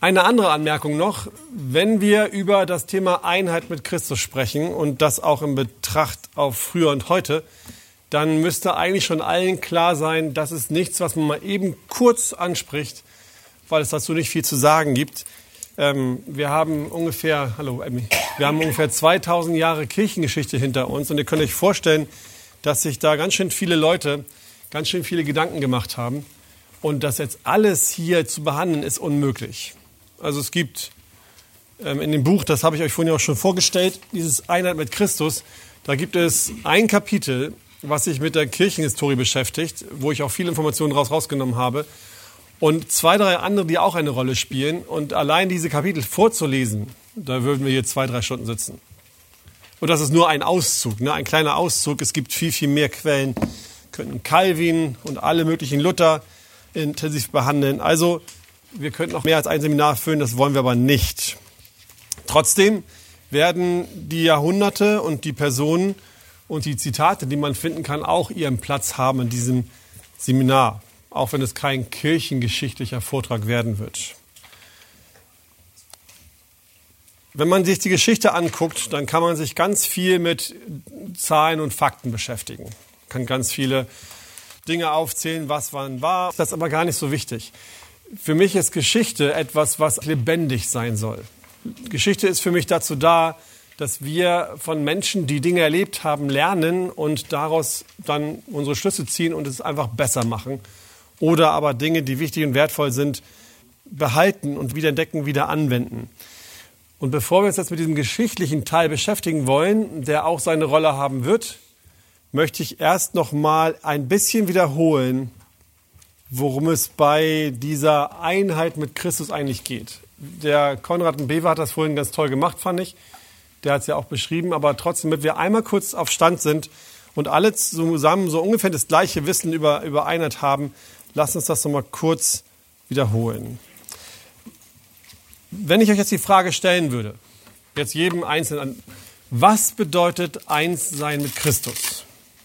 Eine andere Anmerkung noch, wenn wir über das Thema Einheit mit Christus sprechen und das auch in Betracht auf früher und heute, dann müsste eigentlich schon allen klar sein, das ist nichts, was man mal eben kurz anspricht, weil es dazu nicht viel zu sagen gibt. Wir haben ungefähr 2000 Jahre Kirchengeschichte hinter uns und ihr könnt euch vorstellen, dass sich da ganz schön viele Leute ganz schön viele Gedanken gemacht haben und das jetzt alles hier zu behandeln ist unmöglich. Also es gibt in dem Buch, das habe ich euch vorhin auch schon vorgestellt, dieses Einheit mit Christus, da gibt es ein Kapitel, was sich mit der Kirchenhistorie beschäftigt, wo ich auch viele Informationen rausgenommen habe und 2, 3 andere, die auch eine Rolle spielen. Und allein diese Kapitel vorzulesen, da würden wir hier 2, 3 Stunden sitzen. Und das ist nur ein Auszug, ein kleiner Auszug. Es gibt viel, viel mehr Quellen. Wir könnten Calvin und alle möglichen Luther intensiv behandeln. Also wir könnten noch mehr als ein Seminar füllen, das wollen wir aber nicht. Trotzdem werden die Jahrhunderte und die Personen und die Zitate, die man finden kann, auch ihren Platz haben in diesem Seminar, auch wenn es kein kirchengeschichtlicher Vortrag werden wird. Wenn man sich die Geschichte anguckt, dann kann man sich ganz viel mit Zahlen und Fakten beschäftigen. Man kann ganz viele Dinge aufzählen, was wann war. Das ist aber gar nicht so wichtig. Für mich ist Geschichte etwas, was lebendig sein soll. Geschichte ist für mich dazu da, dass wir von Menschen, die Dinge erlebt haben, lernen und daraus dann unsere Schlüsse ziehen und es einfach besser machen. Oder aber Dinge, die wichtig und wertvoll sind, behalten und wieder entdecken, wieder anwenden. Und bevor wir uns jetzt mit diesem geschichtlichen Teil beschäftigen wollen, der auch seine Rolle haben wird, möchte ich erst noch mal ein bisschen wiederholen, worum es bei dieser Einheit mit Christus eigentlich geht. Der Konrad Bewe hat das vorhin ganz toll gemacht, fand ich. Der hat es ja auch beschrieben, aber trotzdem, damit wir einmal kurz auf Stand sind und alle zusammen so ungefähr das gleiche Wissen über Einheit haben, lasst uns das noch mal kurz wiederholen. Wenn ich euch jetzt die Frage stellen würde, jetzt jedem Einzelnen, was bedeutet Einssein mit Christus?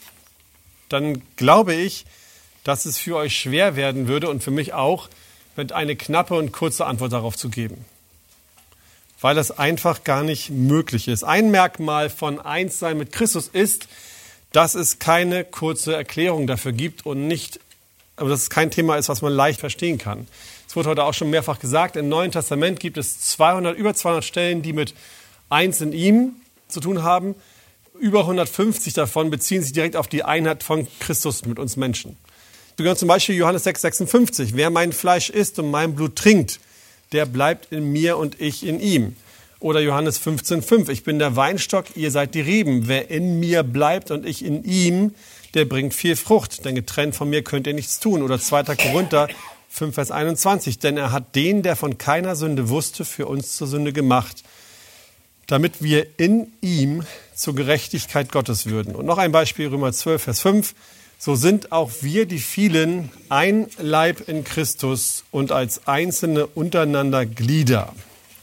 Dann glaube ich, dass es für euch schwer werden würde und für mich auch, mit eine knappe und kurze Antwort darauf zu geben. Weil das einfach gar nicht möglich ist. Ein Merkmal von Einssein mit Christus ist, dass es keine kurze Erklärung dafür gibt und aber dass es kein Thema ist, was man leicht verstehen kann. Es wurde heute auch schon mehrfach gesagt, im Neuen Testament gibt es über 200 Stellen, die mit eins in ihm zu tun haben. Über 150 davon beziehen sich direkt auf die Einheit von Christus mit uns Menschen. Wir gehören zum Beispiel Johannes 6,56. Wer mein Fleisch isst und mein Blut trinkt, der bleibt in mir und ich in ihm. Oder Johannes 15,5. Ich bin der Weinstock, ihr seid die Reben. Wer in mir bleibt und ich in ihm, der bringt viel Frucht. Denn getrennt von mir könnt ihr nichts tun. Oder 2. Korinther 5, Vers 21. Denn er hat den, der von keiner Sünde wusste, für uns zur Sünde gemacht, damit wir in ihm zur Gerechtigkeit Gottes würden. Und noch ein Beispiel, Römer 12, Vers 5. So sind auch wir, die vielen, ein Leib in Christus und als Einzelne untereinander Glieder.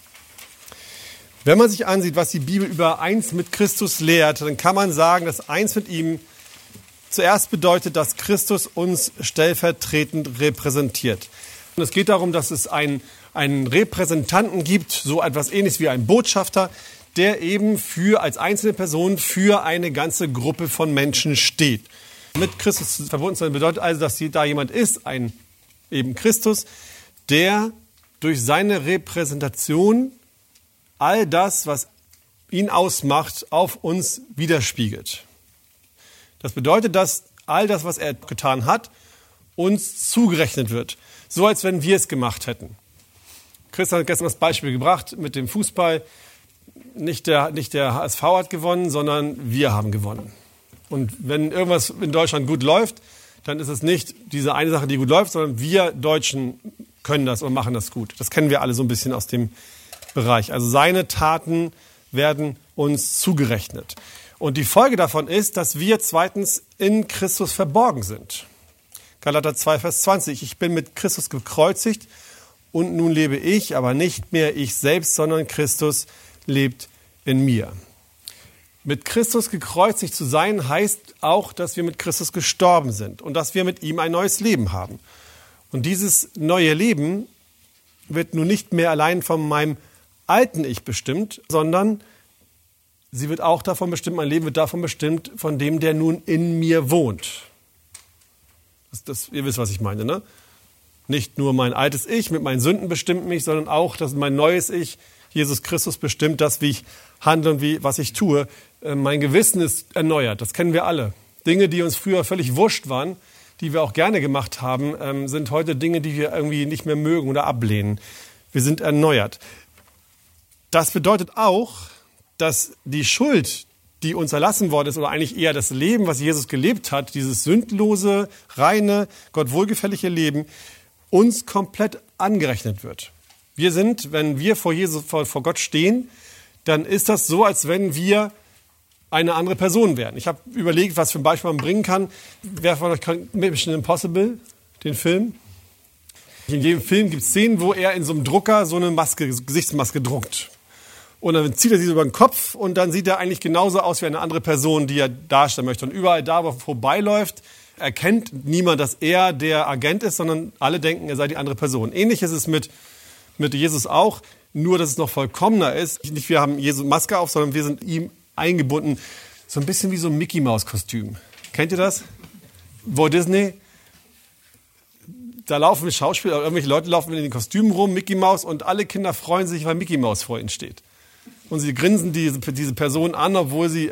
Wenn man sich ansieht, was die Bibel über eins mit Christus lehrt, dann kann man sagen, dass eins mit ihm zuerst bedeutet, dass Christus uns stellvertretend repräsentiert. Und es geht darum, dass es einen Repräsentanten gibt, so etwas Ähnliches wie ein Botschafter, der eben als einzelne Person für eine ganze Gruppe von Menschen steht. Mit Christus verbunden sein bedeutet also, dass da jemand ist, eben Christus, der durch seine Repräsentation all das, was ihn ausmacht, auf uns widerspiegelt. Das bedeutet, dass all das, was er getan hat, uns zugerechnet wird. So, als wenn wir es gemacht hätten. Christian hat gestern das Beispiel gebracht mit dem Fußball. Nicht der HSV hat gewonnen, sondern wir haben gewonnen. Und wenn irgendwas in Deutschland gut läuft, dann ist es nicht diese eine Sache, die gut läuft, sondern wir Deutschen können das und machen das gut. Das kennen wir alle so ein bisschen aus dem Bereich. Also seine Taten werden uns zugerechnet. Und die Folge davon ist, dass wir zweitens in Christus verborgen sind. Galater 2, Vers 20. Ich bin mit Christus gekreuzigt und nun lebe ich, aber nicht mehr ich selbst, sondern Christus lebt in mir. Mit Christus gekreuzigt zu sein, heißt auch, dass wir mit Christus gestorben sind und dass wir mit ihm ein neues Leben haben. Und dieses neue Leben, wird nun nicht mehr allein von meinem alten Ich bestimmt, sondern sie wird auch davon bestimmt, mein Leben wird davon bestimmt, von dem, der nun in mir wohnt. Ihr wisst, was ich meine, ne? Nicht nur mein altes Ich mit meinen Sünden bestimmt mich, sondern auch, dass mein neues Ich, Jesus Christus, bestimmt das, wie ich handle und was ich tue. Mein Gewissen ist erneuert, das kennen wir alle. Dinge, die uns früher völlig wurscht waren, die wir auch gerne gemacht haben, sind heute Dinge, die wir irgendwie nicht mehr mögen oder ablehnen. Wir sind erneuert. Das bedeutet auch, dass die Schuld, die uns erlassen worden ist, oder eigentlich eher das Leben, was Jesus gelebt hat, dieses sündlose, reine, Gott wohlgefällige Leben, uns komplett angerechnet wird. Wir sind, wenn wir vor Gott stehen, dann ist das so, als wenn wir eine andere Person wären. Ich habe überlegt, was für ein Beispiel man bringen kann. Wer von euch kennt Mission Impossible, den Film? In jedem Film gibt es Szenen, wo er in so einem Drucker so eine Gesichtsmaske druckt. Und dann zieht er sie über den Kopf und dann sieht er eigentlich genauso aus wie eine andere Person, die er darstellen möchte. Und überall da, wo er vorbeiläuft, erkennt niemand, dass er der Agent ist, sondern alle denken, er sei die andere Person. Ähnlich ist es mit Jesus auch, nur dass es noch vollkommener ist. Nicht wir haben Jesus Maske auf, sondern wir sind ihm eingebunden. So ein bisschen wie so ein Mickey-Maus-Kostüm. Kennt ihr das? Walt Disney, da laufen Schauspieler, irgendwelche Leute laufen in den Kostümen rum, Mickey Maus, und alle Kinder freuen sich, weil Mickey Maus vor ihnen steht. Und sie grinsen diese Person an, obwohl sie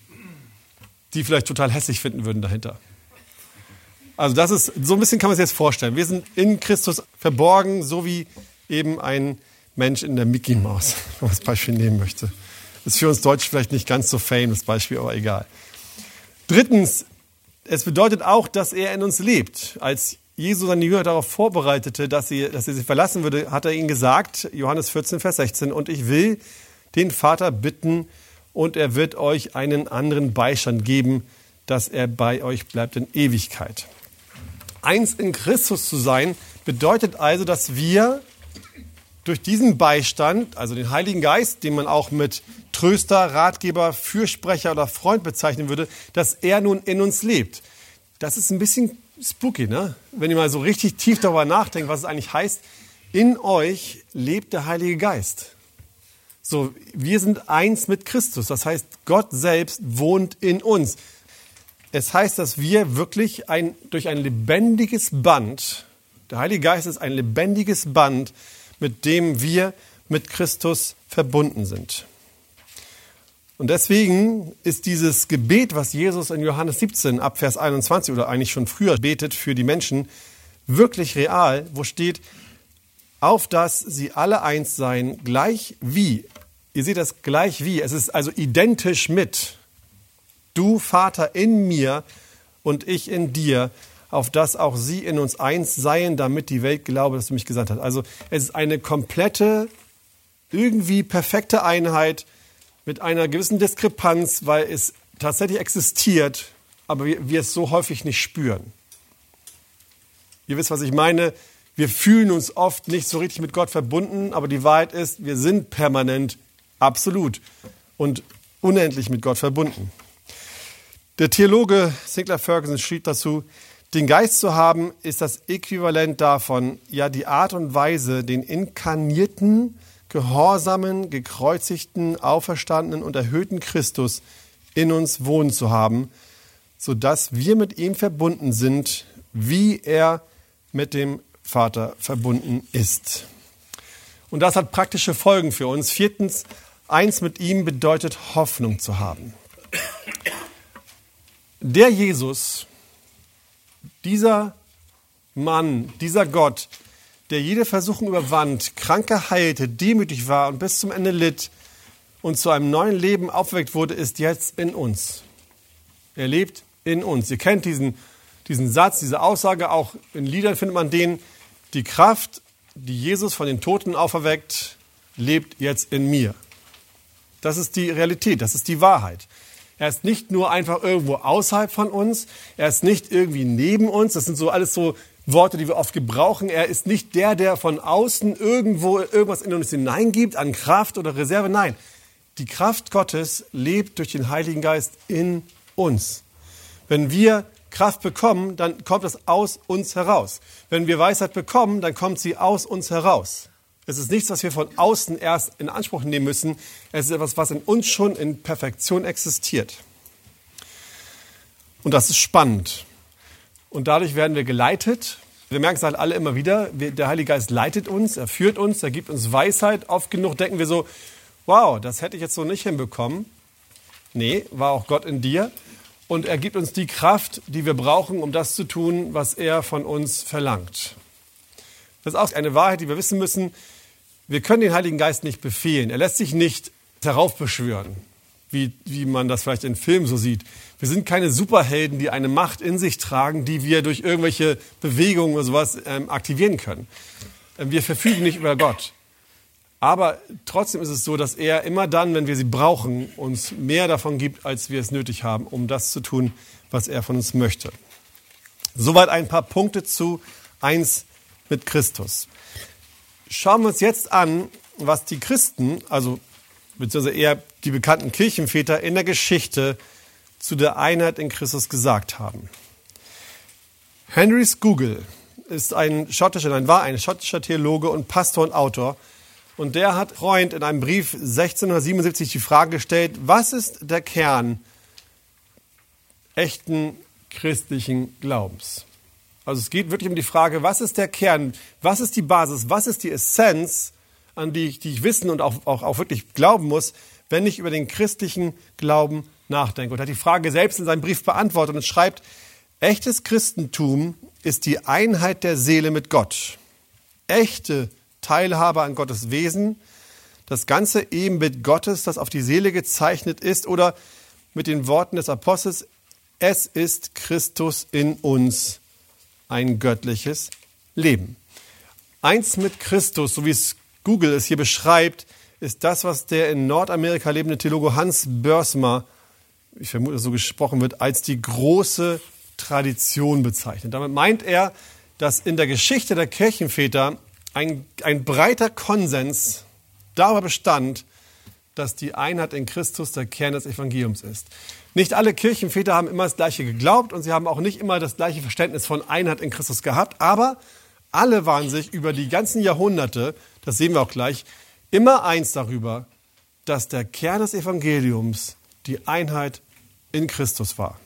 die vielleicht total hässlich finden würden dahinter. Also das ist, so ein bisschen kann man sich jetzt vorstellen. Wir sind in Christus verborgen, so wie eben ein Mensch in der Mickey Maus, wenn man das Beispiel nehmen möchte. Das ist für uns Deutsch vielleicht nicht ganz so famous, das Beispiel, aber egal. Drittens, es bedeutet auch, dass er in uns lebt. Als Jesus seine Jünger darauf vorbereitete, dass er sie verlassen würde, hat er ihnen gesagt, Johannes 14, Vers 16, und ich will den Vater bitten, und er wird euch einen anderen Beistand geben, dass er bei euch bleibt in Ewigkeit. Eins in Christus zu sein, bedeutet also, dass wir durch diesen Beistand, also den Heiligen Geist, den man auch mit Tröster, Ratgeber, Fürsprecher oder Freund bezeichnen würde, dass er nun in uns lebt. Das ist ein bisschen spooky, ne? Wenn ihr mal so richtig tief darüber nachdenkt, was es eigentlich heißt. In euch lebt der Heilige Geist. So, wir sind eins mit Christus. Das heißt, Gott selbst wohnt in uns. Es heißt, dass wir wirklich durch ein lebendiges Band, der Heilige Geist ist ein lebendiges Band, mit dem wir mit Christus verbunden sind. Und deswegen ist dieses Gebet, was Jesus in Johannes 17 ab Vers 21 oder eigentlich schon früher betet für die Menschen, wirklich real, wo steht, auf dass sie alle eins seien, gleich wie. Ihr seht das gleich wie. Es ist also identisch mit. Du, Vater, in mir und ich in dir, auf dass auch sie in uns eins seien, damit die Welt glaube, dass du mich gesandt hast. Also es ist eine komplette, irgendwie perfekte Einheit mit einer gewissen Diskrepanz, weil es tatsächlich existiert, aber wir es so häufig nicht spüren. Ihr wisst, was ich meine. Wir fühlen uns oft nicht so richtig mit Gott verbunden, aber die Wahrheit ist, wir sind permanent, absolut und unendlich mit Gott verbunden. Der Theologe Sinclair Ferguson schrieb dazu, den Geist zu haben, ist das Äquivalent davon, ja die Art und Weise, den inkarnierten, gehorsamen, gekreuzigten, auferstandenen und erhöhten Christus in uns wohnen zu haben, sodass wir mit ihm verbunden sind, wie er mit dem Vater verbunden ist. Und das hat praktische Folgen für uns. Viertens, eins mit ihm bedeutet Hoffnung zu haben. Der Jesus, dieser Mann, dieser Gott, der jede Versuchung überwand, Kranke heilte, demütig war und bis zum Ende litt und zu einem neuen Leben aufgeweckt wurde, ist jetzt in uns. Er lebt in uns. Ihr kennt diesen Satz, diese Aussage, auch in Liedern findet man den, die Kraft, die Jesus von den Toten auferweckt, lebt jetzt in mir. Das ist die Realität, das ist die Wahrheit. Er ist nicht nur einfach irgendwo außerhalb von uns, er ist nicht irgendwie neben uns, das sind so alles so Worte, die wir oft gebrauchen. Er ist nicht der von außen irgendwo irgendwas in uns hineingibt an Kraft oder Reserve. Nein, die Kraft Gottes lebt durch den Heiligen Geist in uns. Wenn wir Kraft bekommen, dann kommt es aus uns heraus. Wenn wir Weisheit bekommen, dann kommt sie aus uns heraus. Es ist nichts, was wir von außen erst in Anspruch nehmen müssen. Es ist etwas, was in uns schon in Perfektion existiert. Und das ist spannend. Und dadurch werden wir geleitet. Wir merken es halt alle immer wieder. Der Heilige Geist leitet uns, er führt uns, er gibt uns Weisheit. Oft genug denken wir so, wow, das hätte ich jetzt so nicht hinbekommen. Nee, war auch Gott in dir. Und er gibt uns die Kraft, die wir brauchen, um das zu tun, was er von uns verlangt. Das ist auch eine Wahrheit, die wir wissen müssen. Wir können den Heiligen Geist nicht befehlen. Er lässt sich nicht heraufbeschwören, wie man das vielleicht in Filmen so sieht. Wir sind keine Superhelden, die eine Macht in sich tragen, die wir durch irgendwelche Bewegungen oder sowas aktivieren können. Wir verfügen nicht über Gott. Aber trotzdem ist es so, dass er immer dann, wenn wir sie brauchen, uns mehr davon gibt, als wir es nötig haben, um das zu tun, was er von uns möchte. Soweit ein paar Punkte zu 1 mit Christus. Schauen wir uns jetzt an, was die Christen, also beziehungsweise eher die bekannten Kirchenväter in der Geschichte zu der Einheit in Christus gesagt haben. Henry Scougal war ein schottischer Theologe und Pastor und Autor. Und der hat Freund in einem Brief 1677 die Frage gestellt, was ist der Kern echten christlichen Glaubens? Also es geht wirklich um die Frage, was ist der Kern, was ist die Basis, was ist die Essenz, an die ich wissen und auch wirklich glauben muss, wenn ich über den christlichen Glauben nachdenke. Und er hat die Frage selbst in seinem Brief beantwortet und schreibt, echtes Christentum ist die Einheit der Seele mit Gott. Echte Teilhabe an Gottes Wesen, das ganze Ebenbild Gottes, das auf die Seele gezeichnet ist, oder mit den Worten des Apostels, es ist Christus in uns, ein göttliches Leben. 1 mit Christus, so wie es Google es hier beschreibt, ist das, was der in Nordamerika lebende Theologe Hans Boersma, ich vermute, dass so gesprochen wird, als die große Tradition bezeichnet. Damit meint er, dass in der Geschichte der Kirchenväter ein breiter Konsens darüber bestand, dass die Einheit in Christus der Kern des Evangeliums ist. Nicht alle Kirchenväter haben immer das Gleiche geglaubt und sie haben auch nicht immer das gleiche Verständnis von Einheit in Christus gehabt, aber alle waren sich über die ganzen Jahrhunderte, das sehen wir auch gleich, immer eins darüber, dass der Kern des Evangeliums die Einheit in Christus war.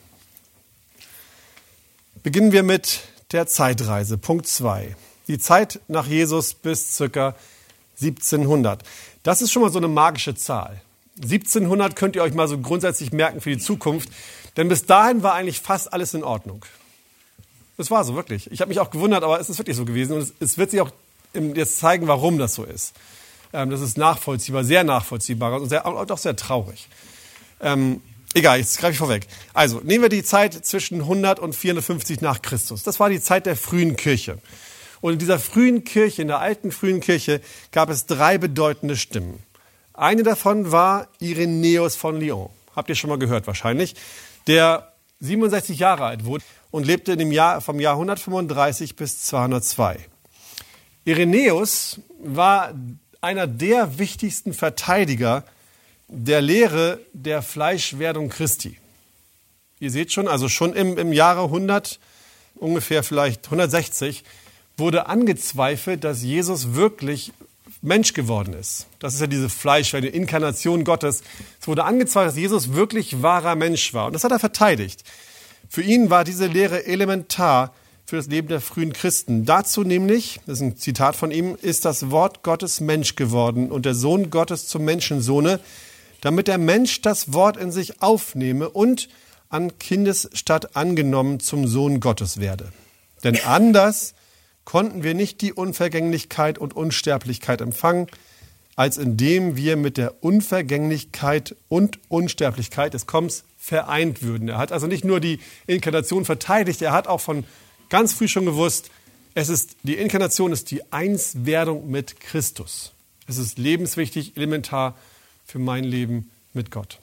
Beginnen wir mit der Zeitreise, Punkt 2. Die Zeit nach Jesus bis ca. 1700. Das ist schon mal so eine magische Zahl. 1700 könnt ihr euch mal so grundsätzlich merken für die Zukunft, denn bis dahin war eigentlich fast alles in Ordnung. Das war so, wirklich. Ich habe mich auch gewundert, aber es ist wirklich so gewesen und es wird sich auch jetzt zeigen, warum das so ist. Das ist nachvollziehbar, sehr nachvollziehbar und auch sehr traurig. Egal, jetzt greife ich vorweg. Also, nehmen wir die Zeit zwischen 100 und 450 nach Christus. Das war die Zeit der frühen Kirche. Und in dieser frühen Kirche, in der alten frühen Kirche, gab es 3 bedeutende Stimmen. Eine davon war Irenäus von Lyon. Habt ihr schon mal gehört wahrscheinlich. Der 67 Jahre alt wurde und lebte vom Jahr 135 bis 202. Irenäus war einer der wichtigsten Verteidiger der Lehre der Fleischwerdung Christi. Ihr seht schon, also schon im Jahre 100, ungefähr vielleicht 160, wurde angezweifelt, dass Jesus wirklich Mensch geworden ist. Das ist ja diese Fleischwerdung, Inkarnation Gottes. Es wurde angezweifelt, dass Jesus wirklich wahrer Mensch war. Und das hat er verteidigt. Für ihn war diese Lehre elementar für das Leben der frühen Christen. Dazu nämlich, das ist ein Zitat von ihm, ist das Wort Gottes Mensch geworden und der Sohn Gottes zum Menschensohne, damit der Mensch das Wort in sich aufnehme und an Kindesstatt angenommen zum Sohn Gottes werde. Denn anders konnten wir nicht die Unvergänglichkeit und Unsterblichkeit empfangen, als indem wir mit der Unvergänglichkeit und Unsterblichkeit des Kommens vereint würden. Er hat also nicht nur die Inkarnation verteidigt, er hat auch von ganz früh schon gewusst, die Inkarnation ist die Einswerdung mit Christus. Es ist lebenswichtig, elementar für mein Leben mit Gott.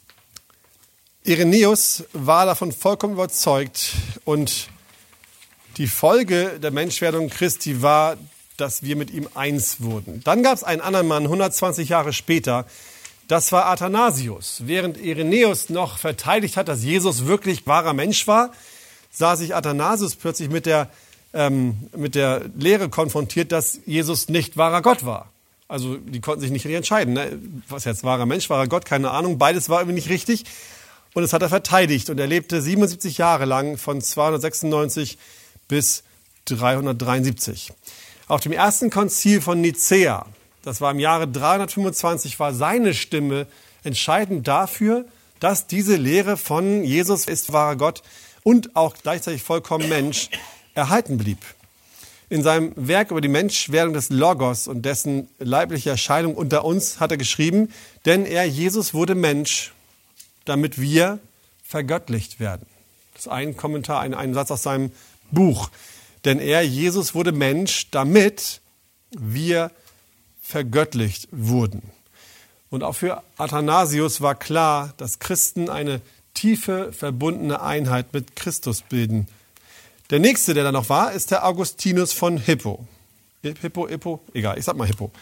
Irenäus war davon vollkommen überzeugt und die Folge der Menschwerdung Christi war, dass wir mit ihm eins wurden. Dann gab es einen anderen Mann, 120 Jahre später, das war Athanasius. Während Irenäus noch verteidigt hat, dass Jesus wirklich wahrer Mensch war, sah sich Athanasius plötzlich mit der mit der Lehre konfrontiert, dass Jesus nicht wahrer Gott war. Also die konnten sich nicht richtig entscheiden. Ne? Was jetzt, wahrer Mensch, wahrer Gott, keine Ahnung. Beides war irgendwie nicht richtig. Und das hat er verteidigt. Und er lebte 77 Jahre lang, von 296 bis 373. Auf dem ersten Konzil von Nicäa, das war im Jahre 325, war seine Stimme entscheidend dafür, dass diese Lehre von Jesus ist wahrer Gott und auch gleichzeitig vollkommen Mensch erhalten blieb. In seinem Werk über die Menschwerdung des Logos und dessen leibliche Erscheinung unter uns hat er geschrieben, denn er, Jesus, wurde Mensch, damit wir vergöttlicht werden. Das ist ein Kommentar, ein Satz aus seinem Buch. Denn er, Jesus, wurde Mensch, damit wir vergöttlicht wurden. Und auch für Athanasius war klar, dass Christen eine tiefe, verbundene Einheit mit Christus bilden. Der nächste, der da noch war, ist der Augustinus von Hippo. Hippo? Egal, ich sag mal Hippo.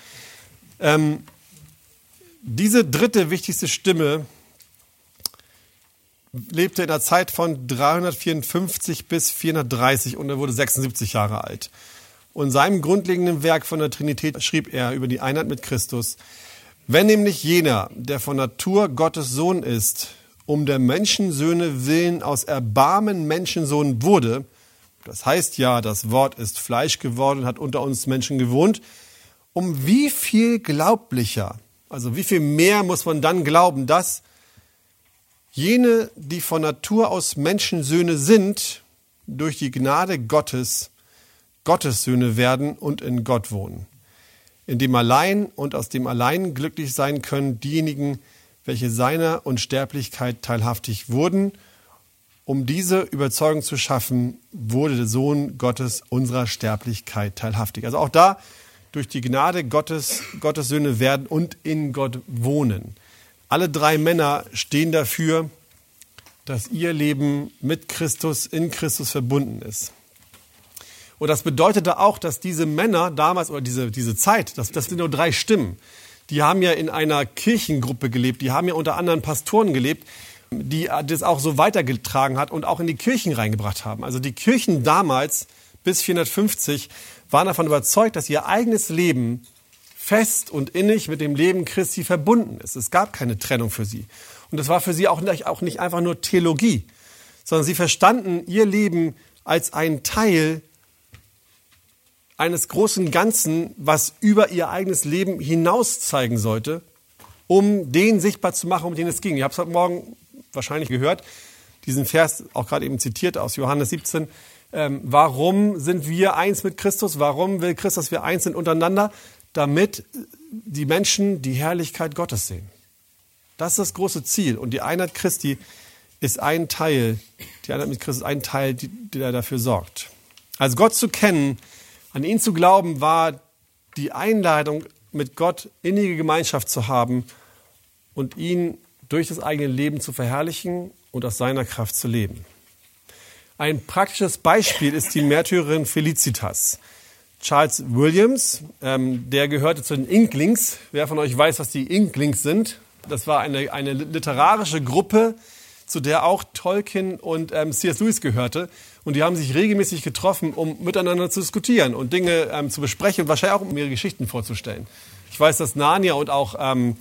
Diese dritte wichtigste Stimme lebte in der Zeit von 354 bis 430 und er wurde 76 Jahre alt. Und in seinem grundlegenden Werk von der Trinität schrieb er über die Einheit mit Christus: Wenn nämlich jener, der von Natur Gottes Sohn ist, um der Menschensöhne willen aus Erbarmen Menschensohn wurde, das heißt ja, das Wort ist Fleisch geworden und hat unter uns Menschen gewohnt, um wie viel glaublicher, also wie viel mehr muss man dann glauben, dass jene, die von Natur aus Menschensöhne sind, durch die Gnade Gottes Gottessöhne werden und in Gott wohnen, in dem allein und aus dem allein glücklich sein können diejenigen, welche seiner Unsterblichkeit teilhaftig wurden. Um diese Überzeugung zu schaffen, wurde der Sohn Gottes unserer Sterblichkeit teilhaftig. Also auch da, durch die Gnade Gottes Gottessöhne werden und in Gott wohnen. Alle drei Männer stehen dafür, dass ihr Leben mit Christus, in Christus verbunden ist. Und das bedeutete auch, dass diese Männer damals, oder diese Zeit, das sind nur drei Stimmen, die haben ja in einer Kirchengruppe gelebt, die haben ja unter anderem Pastoren gelebt, die das auch so weitergetragen hat und auch in die Kirchen reingebracht haben. Also die Kirchen damals, bis 450, waren davon überzeugt, dass ihr eigenes Leben fest und innig mit dem Leben Christi verbunden ist. Es gab keine Trennung für sie. Und das war für sie auch nicht einfach nur Theologie, sondern sie verstanden ihr Leben als einen Teil eines großen Ganzen, was über ihr eigenes Leben hinaus zeigen sollte, um den sichtbar zu machen, um den es ging. Ihr habt es heute Morgen wahrscheinlich gehört, diesen Vers auch gerade eben zitiert aus Johannes 17. Warum sind wir eins mit Christus? Warum will Christus, dass wir eins sind untereinander? Damit die Menschen die Herrlichkeit Gottes sehen. Das ist das große Ziel. Und die Einheit Christi ist ein Teil, die Einheit mit Christus ist ein Teil, der dafür sorgt. Also Gott zu kennen, an ihn zu glauben, war die Einladung, mit Gott innige Gemeinschaft zu haben und ihn durch das eigene Leben zu verherrlichen und aus seiner Kraft zu leben. Ein praktisches Beispiel ist die Märtyrerin Felicitas. Charles Williams, der gehörte zu den Inklings. Wer von euch weiß, was die Inklings sind? Das war eine literarische Gruppe, zu der auch Tolkien und C.S. Lewis gehörte. Und die haben sich regelmäßig getroffen, um miteinander zu diskutieren und Dinge zu besprechen und wahrscheinlich auch um ihre Geschichten vorzustellen. Ich weiß, dass Narnia und auch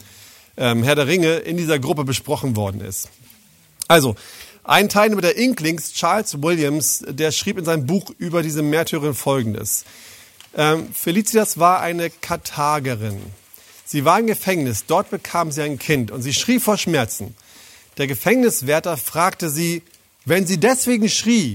Herr der Ringe in dieser Gruppe besprochen worden ist. Also, ein Teilnehmer der Inklings, Charles Williams, der schrieb in seinem Buch über diese Märtyrerin Folgendes. Felicitas war eine Karthagerin. Sie war im Gefängnis, dort bekam sie ein Kind und sie schrie vor Schmerzen. Der Gefängniswärter fragte sie, wenn sie deswegen schrie,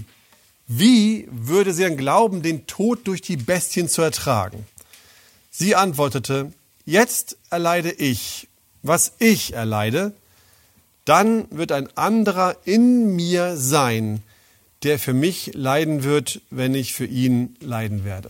wie würde sie dann glauben, den Tod durch die Bestien zu ertragen? Sie antwortete, jetzt erleide ich, was ich erleide, dann wird ein anderer in mir sein, der für mich leiden wird, wenn ich für ihn leiden werde.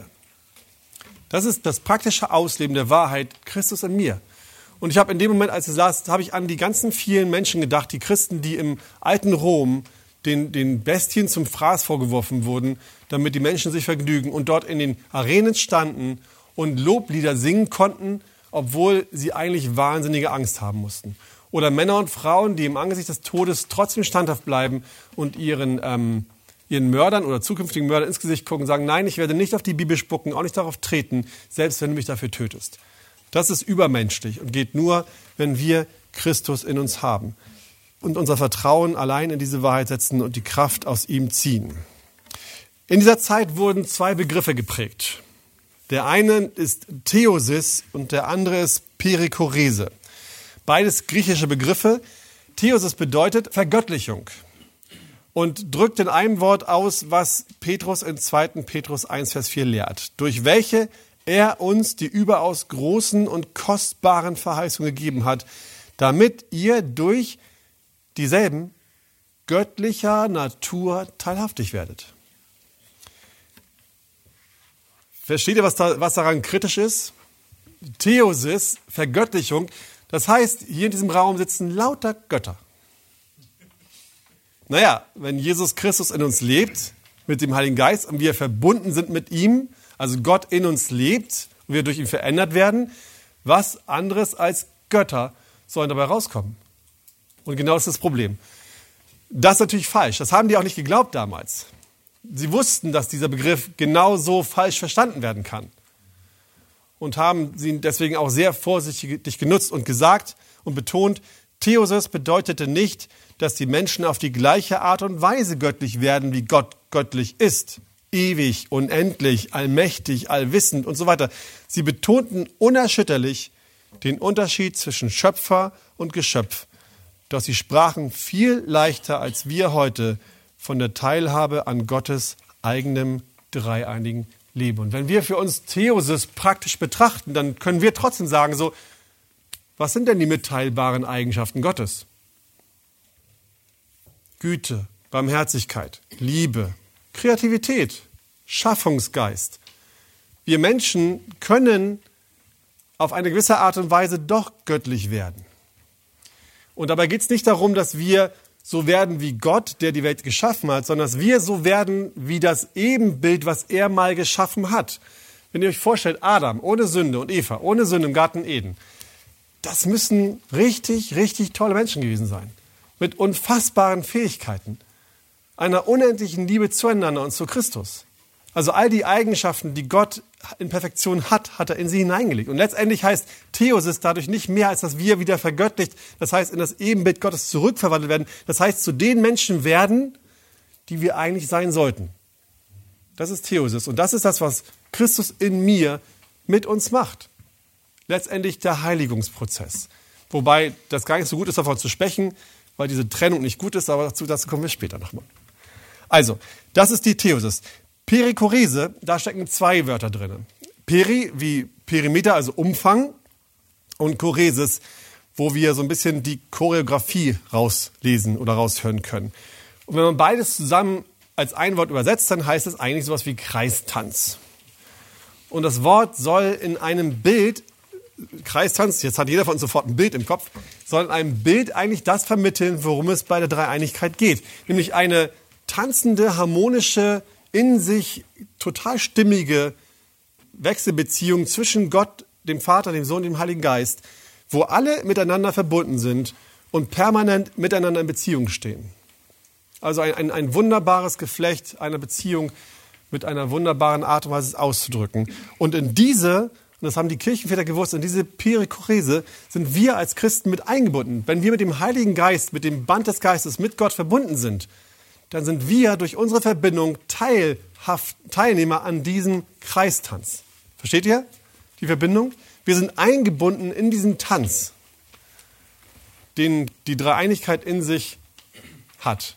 Das ist das praktische Ausleben der Wahrheit, Christus in mir. Und ich habe in dem Moment, als ich saß, habe ich an die ganzen vielen Menschen gedacht, die Christen, die im alten Rom den Bestien zum Fraß vorgeworfen wurden, damit die Menschen sich vergnügen und dort in den Arenen standen und Loblieder singen konnten, obwohl sie eigentlich wahnsinnige Angst haben mussten. Oder Männer und Frauen, die im Angesicht des Todes trotzdem standhaft bleiben und ihren ihren Mördern oder zukünftigen Mördern ins Gesicht gucken und sagen, nein, ich werde nicht auf die Bibel spucken, auch nicht darauf treten, selbst wenn du mich dafür tötest. Das ist übermenschlich und geht nur, wenn wir Christus in uns haben und unser Vertrauen allein in diese Wahrheit setzen und die Kraft aus ihm ziehen. In dieser Zeit wurden zwei Begriffe geprägt. Der eine ist Theosis und der andere ist Perikorese. Beides griechische Begriffe. Theosis bedeutet Vergöttlichung und drückt in einem Wort aus, was Petrus in 2. Petrus 1, Vers 4 lehrt, durch welche er uns die überaus großen und kostbaren Verheißungen gegeben hat, damit ihr durch dieselben göttlicher Natur teilhaftig werdet. Versteht ihr, was daran kritisch ist? Theosis, Vergöttlichung, das heißt, hier in diesem Raum sitzen lauter Götter. Naja, wenn Jesus Christus in uns lebt, mit dem Heiligen Geist, und wir verbunden sind mit ihm, also Gott in uns lebt und wir durch ihn verändert werden, was anderes als Götter sollen dabei rauskommen? Und genau das ist das Problem. Das ist natürlich falsch. Das haben die auch nicht geglaubt damals. Sie wussten, dass dieser Begriff genauso falsch verstanden werden kann. Und haben sie deswegen auch sehr vorsichtig genutzt und gesagt und betont, Theosis bedeutete nicht, dass die Menschen auf die gleiche Art und Weise göttlich werden, wie Gott göttlich ist. Ewig, unendlich, allmächtig, allwissend und so weiter. Sie betonten unerschütterlich den Unterschied zwischen Schöpfer und Geschöpf. Doch sie sprachen viel leichter als wir heute von der Teilhabe an Gottes eigenem dreieinigen Leben. Und wenn wir für uns Theosis praktisch betrachten, dann können wir trotzdem sagen, so, was sind denn die mitteilbaren Eigenschaften Gottes? Güte, Barmherzigkeit, Liebe, Kreativität, Schaffungsgeist. Wir Menschen können auf eine gewisse Art und Weise doch göttlich werden. Und dabei geht es nicht darum, dass wir so werden wie Gott, der die Welt geschaffen hat, sondern dass wir so werden wie das Ebenbild, was er mal geschaffen hat. Wenn ihr euch vorstellt, Adam ohne Sünde und Eva ohne Sünde im Garten Eden, das müssen richtig, richtig tolle Menschen gewesen sein. Mit unfassbaren Fähigkeiten, einer unendlichen Liebe zueinander und zu Christus. Also all die Eigenschaften, die Gott in Perfektion hat, hat er in sie hineingelegt. Und letztendlich heißt Theosis dadurch nicht mehr, als dass wir wieder vergöttlicht, das heißt in das Ebenbild Gottes zurückverwandelt werden. Das heißt zu den Menschen werden, die wir eigentlich sein sollten. Das ist Theosis. Und das ist das, was Christus in mir mit uns macht. Letztendlich der Heiligungsprozess. Wobei das gar nicht so gut ist, davon zu sprechen, weil diese Trennung nicht gut ist, aber dazu kommen wir später nochmal. Also, das ist die Theosis. Perikorese, da stecken zwei Wörter drin. Peri wie Perimeter, also Umfang, und Choresis, wo wir so ein bisschen die Choreografie rauslesen oder raushören können. Und wenn man beides zusammen als ein Wort übersetzt, dann heißt es eigentlich sowas wie Kreistanz. Und das Wort soll in einem Bild, Kreistanz, jetzt hat jeder von uns sofort ein Bild im Kopf, soll in einem Bild eigentlich das vermitteln, worum es bei der Dreieinigkeit geht. Nämlich eine tanzende, harmonische, in sich total stimmige Wechselbeziehung zwischen Gott, dem Vater, dem Sohn und dem Heiligen Geist, wo alle miteinander verbunden sind und permanent miteinander in Beziehung stehen. Also ein wunderbares Geflecht einer Beziehung mit einer wunderbaren Art und Weise auszudrücken. Und in diese, und das haben die Kirchenväter gewusst, in diese Perikorese sind wir als Christen mit eingebunden. Wenn wir mit dem Heiligen Geist, mit dem Band des Geistes, mit Gott verbunden sind, dann sind wir durch unsere Verbindung Teilnehmer an diesem Kreistanz. Versteht ihr die Verbindung? Wir sind eingebunden in diesen Tanz, den die Dreieinigkeit in sich hat.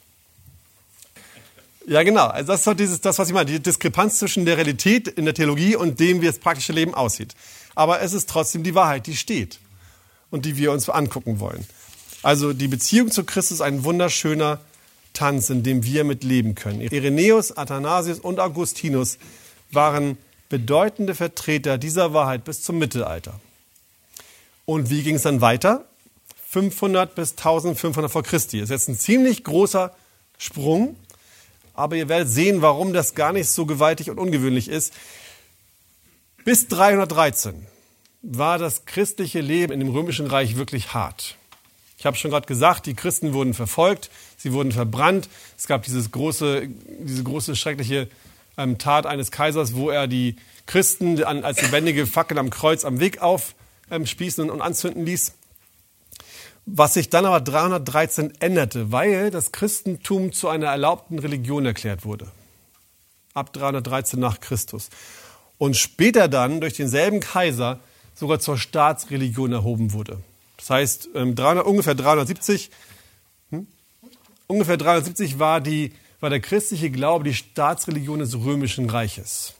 Ja, genau. Also das ist das, was ich meine. Die Diskrepanz zwischen der Realität in der Theologie und dem, wie das praktische Leben aussieht. Aber es ist trotzdem die Wahrheit, die steht und die wir uns angucken wollen. Also die Beziehung zu Christus ist ein wunderschöner Tanz, in dem wir mitleben können. Irenäus, Athanasius und Augustinus waren bedeutende Vertreter dieser Wahrheit bis zum Mittelalter. Und wie ging es dann weiter? 500 bis 1500 vor Christi. Das ist jetzt ein ziemlich großer Sprung, aber ihr werdet sehen, warum das gar nicht so gewaltig und ungewöhnlich ist. Bis 313 war das christliche Leben in dem Römischen Reich wirklich hart. Ich habe schon gerade gesagt, die Christen wurden verfolgt, sie wurden verbrannt. Es gab diese große schreckliche Tat eines Kaisers, wo er die Christen als lebendige Fackeln am Kreuz am Weg aufspießen und anzünden ließ. Was sich dann aber 313 änderte, weil das Christentum zu einer erlaubten Religion erklärt wurde. Ab 313 nach Christus. Und später dann durch denselben Kaiser sogar zur Staatsreligion erhoben wurde. Das heißt, ungefähr 370 war der christliche Glaube die Staatsreligion des Römischen Reiches.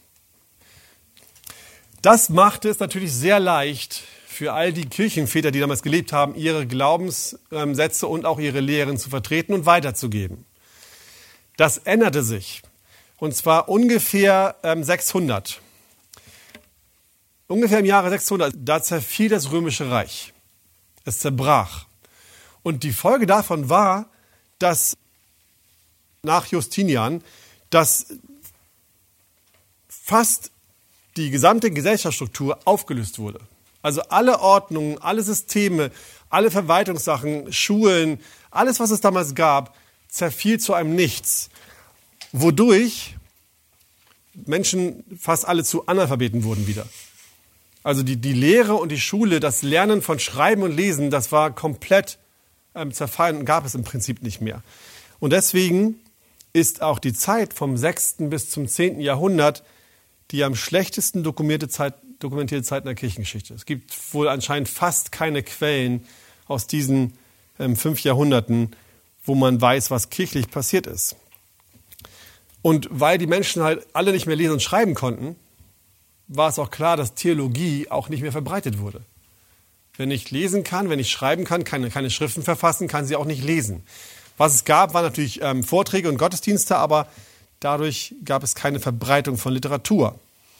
Das machte es natürlich sehr leicht für all die Kirchenväter, die damals gelebt haben, ihre Glaubenssätze und auch ihre Lehren zu vertreten und weiterzugeben. Das änderte sich. Und zwar ungefähr 600. Ungefähr im Jahre 600, da zerfiel das Römische Reich. Es zerbrach. Und die Folge davon war, dass nach Justinian, dass fast die gesamte Gesellschaftsstruktur aufgelöst wurde. Also alle Ordnungen, alle Systeme, alle Verwaltungssachen, Schulen, alles, was es damals gab, zerfiel zu einem Nichts. Wodurch Menschen fast alle zu Analphabeten wurden wieder. Also die Lehre und die Schule, das Lernen von Schreiben und Lesen, das war komplett zerfallen und gab es im Prinzip nicht mehr. Und deswegen ist auch die Zeit vom 6. bis zum 10. Jahrhundert die am schlechtesten dokumentierte Zeit in der Kirchengeschichte. Es gibt wohl anscheinend fast keine Quellen aus diesen 5 Jahrhunderten, wo man weiß, was kirchlich passiert ist. Und weil die Menschen halt alle nicht mehr lesen und schreiben konnten, war es auch klar, dass Theologie auch nicht mehr verbreitet wurde. Wenn ich lesen kann, wenn ich schreiben kann, keine Schriften verfassen, kann sie auch nicht lesen. Was es gab, waren natürlich Vorträge und Gottesdienste, aber dadurch gab es keine Verbreitung von Literatur.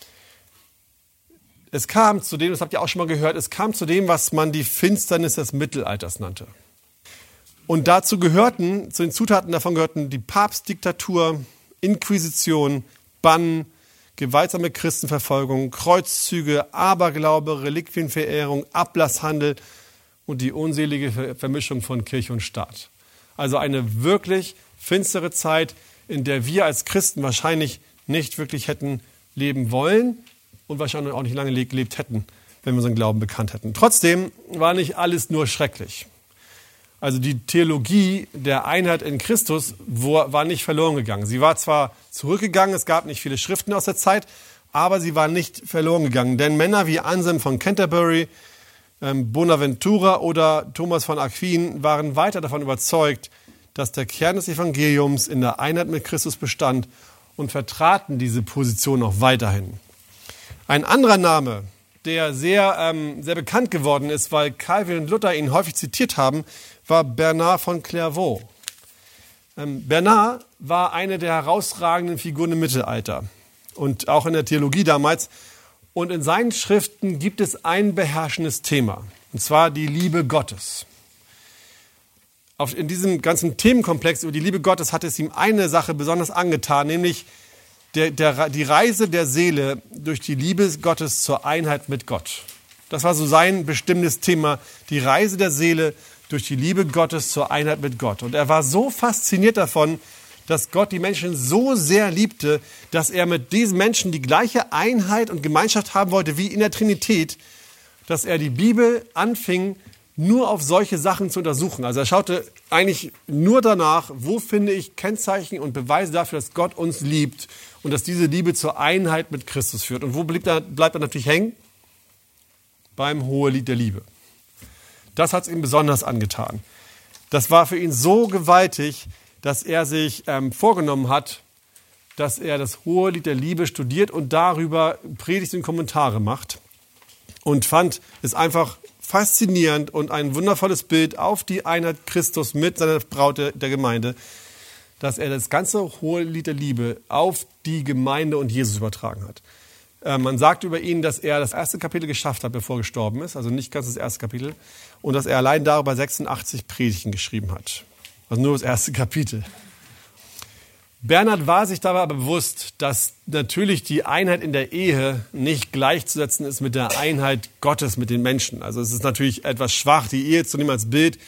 Es kam zu dem, das habt ihr auch schon mal gehört, es kam zu dem, was man die Finsternis des Mittelalters nannte. Und zu den Zutaten davon gehörten die Papstdiktatur, Inquisition, Bann, gewaltsame Christenverfolgung, Kreuzzüge, Aberglaube, Reliquienverehrung, Ablasshandel und die unselige Vermischung von Kirche und Staat. Also eine wirklich finstere Zeit, in der wir als Christen wahrscheinlich nicht wirklich hätten leben wollen und wahrscheinlich auch nicht lange gelebt hätten, wenn wir unseren Glauben bekannt hätten. Trotzdem war nicht alles nur schrecklich. Also die Theologie der Einheit in Christus war nicht verloren gegangen. Sie war zwar zurückgegangen, es gab nicht viele Schriften aus der Zeit, aber sie war nicht verloren gegangen. Denn Männer wie Anselm von Canterbury, Bonaventura oder Thomas von Aquin waren weiter davon überzeugt, dass der Kern des Evangeliums in der Einheit mit Christus bestand und vertraten diese Position auch weiterhin. Ein anderer Name, der sehr bekannt geworden ist, weil Calvin und Luther ihn häufig zitiert haben, war Bernard von Clairvaux. Bernard war eine der herausragenden Figuren im Mittelalter und auch in der Theologie damals. Und in seinen Schriften gibt es ein beherrschendes Thema, und zwar die Liebe Gottes. In diesem ganzen Themenkomplex über die Liebe Gottes hat es ihm eine Sache besonders angetan, nämlich die Reise der Seele durch die Liebe Gottes zur Einheit mit Gott. Das war so sein bestimmtes Thema, die Reise der Seele durch die Liebe Gottes zur Einheit mit Gott. Und er war so fasziniert davon, dass Gott die Menschen so sehr liebte, dass er mit diesen Menschen die gleiche Einheit und Gemeinschaft haben wollte wie in der Trinität, dass er die Bibel anfing, nur auf solche Sachen zu untersuchen. Also er schaute eigentlich nur danach, wo finde ich Kennzeichen und Beweise dafür, dass Gott uns liebt und dass diese Liebe zur Einheit mit Christus führt. Und wo bleibt er natürlich hängen? Beim Hohelied der Liebe. Das hat es ihm besonders angetan. Das war für ihn so gewaltig, dass er sich vorgenommen hat, dass er das Hohelied der Liebe studiert und darüber Predigt und Kommentare macht. Und fand es einfach faszinierend und ein wundervolles Bild auf die Einheit Christus mit seiner Braut der Gemeinde, dass er das ganze Hohelied der Liebe auf die Gemeinde und Jesus übertragen hat. Man sagt über ihn, dass er das erste Kapitel geschafft hat, bevor er gestorben ist, also nicht ganz das erste Kapitel, und dass er allein darüber 86 Predigten geschrieben hat. Also nur das erste Kapitel. Bernhard war sich dabei aber bewusst, dass natürlich die Einheit in der Ehe nicht gleichzusetzen ist mit der Einheit Gottes mit den Menschen. Also es ist natürlich etwas schwach, die Ehe zu nehmen als Bild,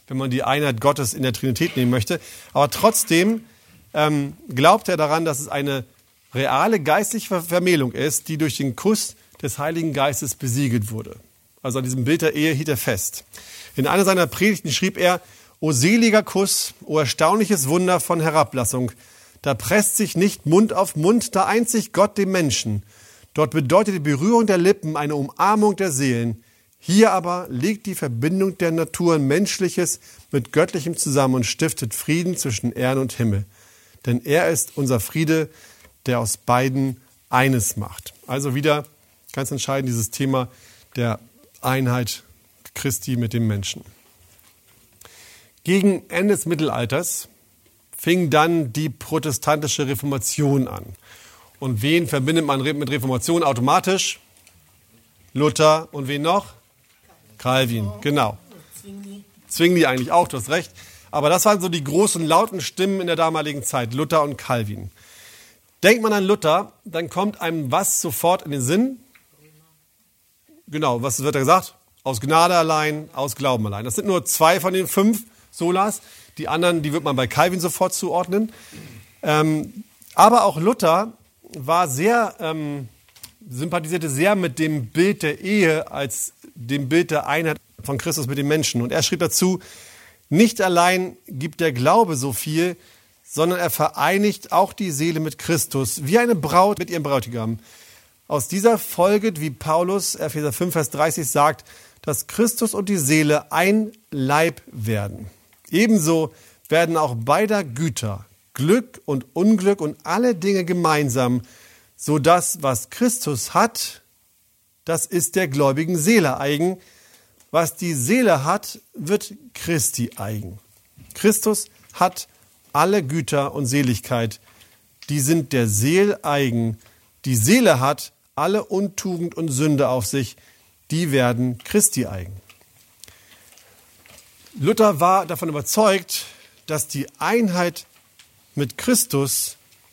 wenn man die Einheit Gottes in der Trinität nehmen möchte. Aber trotzdem glaubt er daran, dass es eine reale geistliche Vermählung ist, die durch den Kuss des Heiligen Geistes besiegelt wurde. Also an diesem Bild der Ehe hielt er fest. In einer seiner Predigten schrieb er: O seliger Kuss, o erstaunliches Wunder von Herablassung, da presst sich nicht Mund auf Mund, da eint sich Gott dem Menschen. Dort bedeutet die Berührung der Lippen eine Umarmung der Seelen. Hier aber liegt die Verbindung der Naturen Menschliches mit Göttlichem zusammen und stiftet Frieden zwischen Erde und Himmel. Denn er ist unser Friede, der aus beiden eines macht. Also wieder ganz entscheidend dieses Thema der Einheit Christi mit dem Menschen. Gegen Ende des Mittelalters fing dann die protestantische Reformation an. Und wen verbindet man mit Reformation automatisch? Luther. Und wen noch? Calvin, genau. Zwingli eigentlich auch, du hast recht. Aber das waren so die großen, lauten Stimmen in der damaligen Zeit, Luther und Calvin. Denkt man an Luther, dann kommt einem was sofort in den Sinn? Genau, was wird da gesagt? Aus Gnade allein, aus Glauben allein. Das sind nur 2 von den 5 Solas. Die anderen, die wird man bei Calvin sofort zuordnen. Aber auch Luther war sympathisierte sehr mit dem Bild der Ehe als dem Bild der Einheit von Christus mit den Menschen. Und er schrieb dazu: Nicht allein gibt der Glaube so viel, sondern er vereinigt auch die Seele mit Christus, wie eine Braut mit ihrem Bräutigam. Aus dieser folget, wie Paulus, Epheser 5, Vers 30 sagt, dass Christus und die Seele ein Leib werden. Ebenso werden auch beider Güter, Glück und Unglück und alle Dinge gemeinsam, so dass, was Christus hat, das ist der gläubigen Seele eigen. Was die Seele hat, wird Christi eigen. Christus hat alle Güter und Seligkeit, die sind der Seele eigen. Die Seele hat alle Untugend und Sünde auf sich, die werden Christi eigen. Luther war davon überzeugt, dass die Einheit mit Christus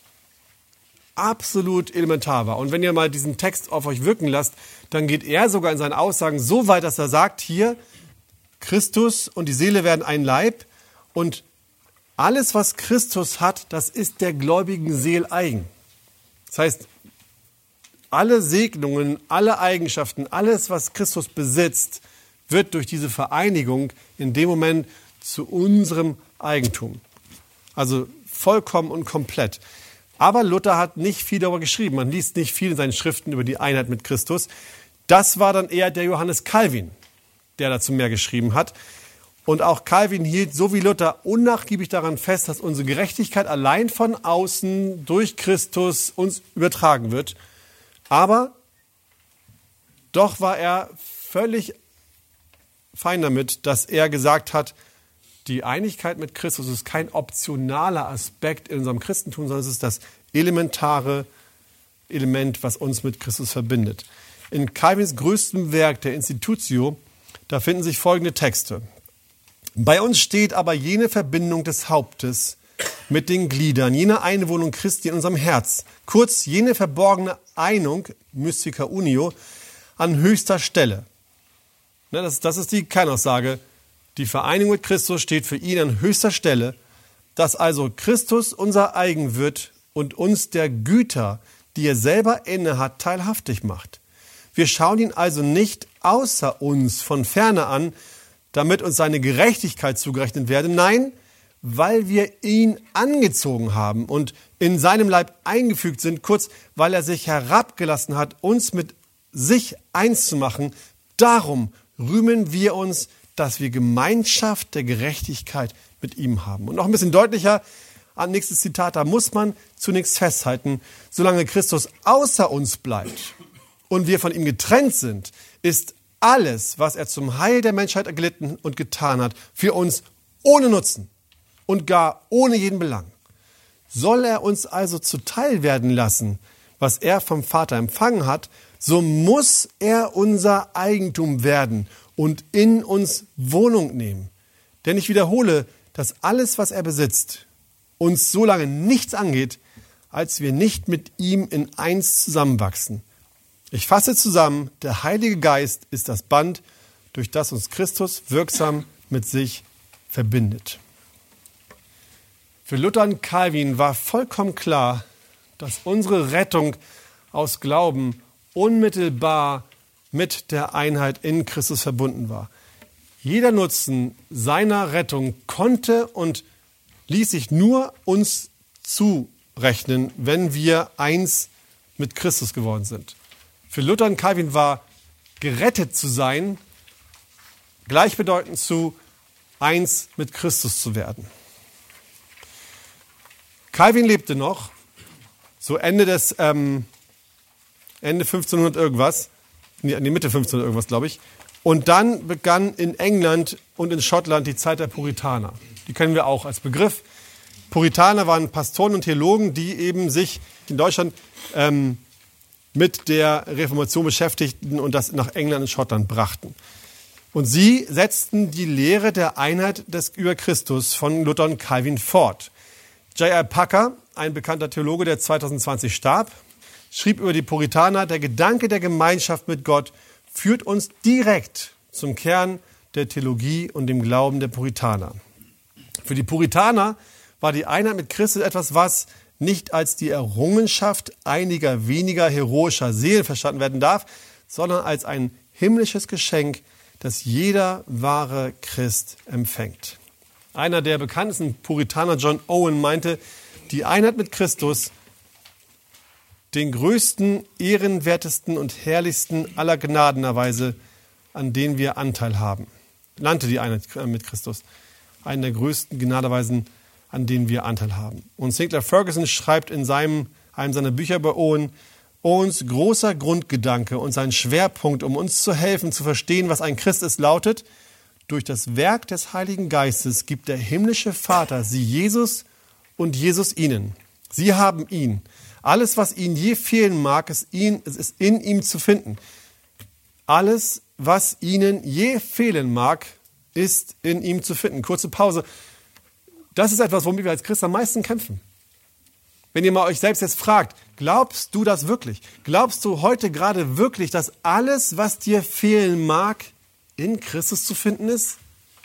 absolut elementar war. Und wenn ihr mal diesen Text auf euch wirken lasst, dann geht er sogar in seinen Aussagen so weit, dass er sagt, hier, Christus und die Seele werden ein Leib und alles, was Christus hat, das ist der gläubigen Seele eigen. Das heißt, alle Segnungen, alle Eigenschaften, alles, was Christus besitzt, wird durch diese Vereinigung in dem Moment zu unserem Eigentum. Also vollkommen und komplett. Aber Luther hat nicht viel darüber geschrieben. Man liest nicht viel in seinen Schriften über die Einheit mit Christus. Das war dann eher der Johannes Calvin, der dazu mehr geschrieben hat. Und auch Calvin hielt, so wie Luther, unnachgiebig daran fest, dass unsere Gerechtigkeit allein von außen durch Christus uns übertragen wird. Aber doch war er völlig fein damit, dass er gesagt hat, die Einigkeit mit Christus ist kein optionaler Aspekt in unserem Christentum, sondern es ist das elementare Element, was uns mit Christus verbindet. In Calvins größtem Werk, der Institutio, da finden sich folgende Texte. Bei uns steht aber jene Verbindung des Hauptes mit den Gliedern, jene Einwohnung Christi in unserem Herz, kurz jene verborgene Einung, Mystica Unio, an höchster Stelle. Das ist die Kernaussage. Die Vereinigung mit Christus steht für ihn an höchster Stelle, dass also Christus unser eigen wird und uns der Güter, die er selber innehat, teilhaftig macht. Wir schauen ihn also nicht außer uns von ferne an, damit uns seine Gerechtigkeit zugerechnet werde. Nein, weil wir ihn angezogen haben und in seinem Leib eingefügt sind, kurz, weil er sich herabgelassen hat, uns mit sich eins zu machen. Darum rühmen wir uns, dass wir Gemeinschaft der Gerechtigkeit mit ihm haben. Und noch ein bisschen deutlicher, nächstes Zitat, da muss man zunächst festhalten, solange Christus außer uns bleibt und wir von ihm getrennt sind, ist alles, was er zum Heil der Menschheit erglitten und getan hat, für uns ohne Nutzen und gar ohne jeden Belang. Soll er uns also zuteil werden lassen, was er vom Vater empfangen hat, so muss er unser Eigentum werden und in uns Wohnung nehmen. Denn ich wiederhole, dass alles, was er besitzt, uns so lange nichts angeht, als wir nicht mit ihm in eins zusammenwachsen. Ich fasse zusammen, der Heilige Geist ist das Band, durch das uns Christus wirksam mit sich verbindet. Für Luther und Calvin war vollkommen klar, dass unsere Rettung aus Glauben unmittelbar mit der Einheit in Christus verbunden war. Jeder Nutzen seiner Rettung konnte und ließ sich nur uns zurechnen, wenn wir eins mit Christus geworden sind. Für Luther und Calvin war gerettet zu sein gleichbedeutend zu eins mit Christus zu werden. Calvin lebte noch, so Ende 1500 irgendwas, Mitte 1500 irgendwas, glaube ich. Und dann begann in England und in Schottland die Zeit der Puritaner. Die kennen wir auch als Begriff. Puritaner waren Pastoren und Theologen, die eben sich in Deutschland mit der Reformation beschäftigten und das nach England und Schottland brachten. Und sie setzten die Lehre der Einheit über Christus von Luther und Calvin fort. J.R. Packer, ein bekannter Theologe, der 2020 starb, schrieb über die Puritaner: Der Gedanke der Gemeinschaft mit Gott führt uns direkt zum Kern der Theologie und dem Glauben der Puritaner. Für die Puritaner war die Einheit mit Christus etwas, was nicht als die Errungenschaft einiger weniger heroischer Seelen verstanden werden darf, sondern als ein himmlisches Geschenk, das jeder wahre Christ empfängt. Einer der bekanntesten Puritaner, John Owen, meinte, die Einheit mit Christus, den größten, ehrenwertesten und herrlichsten aller Gnadenerweise, an denen wir Anteil haben. Nannte die Einheit mit Christus einen der größten Gnadenerweisen, an denen wir Anteil haben. Und Sinclair Ferguson schreibt in einem seiner Bücher bei Owen: Owens großer Grundgedanke und sein Schwerpunkt, um uns zu helfen, zu verstehen, was ein Christ ist, lautet: Durch das Werk des Heiligen Geistes gibt der himmlische Vater sie Jesus und Jesus ihnen. Sie haben ihn. Alles, was ihnen je fehlen mag, ist in ihm zu finden. Alles, was ihnen je fehlen mag, ist in ihm zu finden. Kurze Pause. Das ist etwas, womit wir als Christen am meisten kämpfen. Wenn ihr mal euch selbst jetzt fragt, glaubst du das wirklich? Glaubst du heute gerade wirklich, dass alles, was dir fehlen mag, in Christus zu finden ist?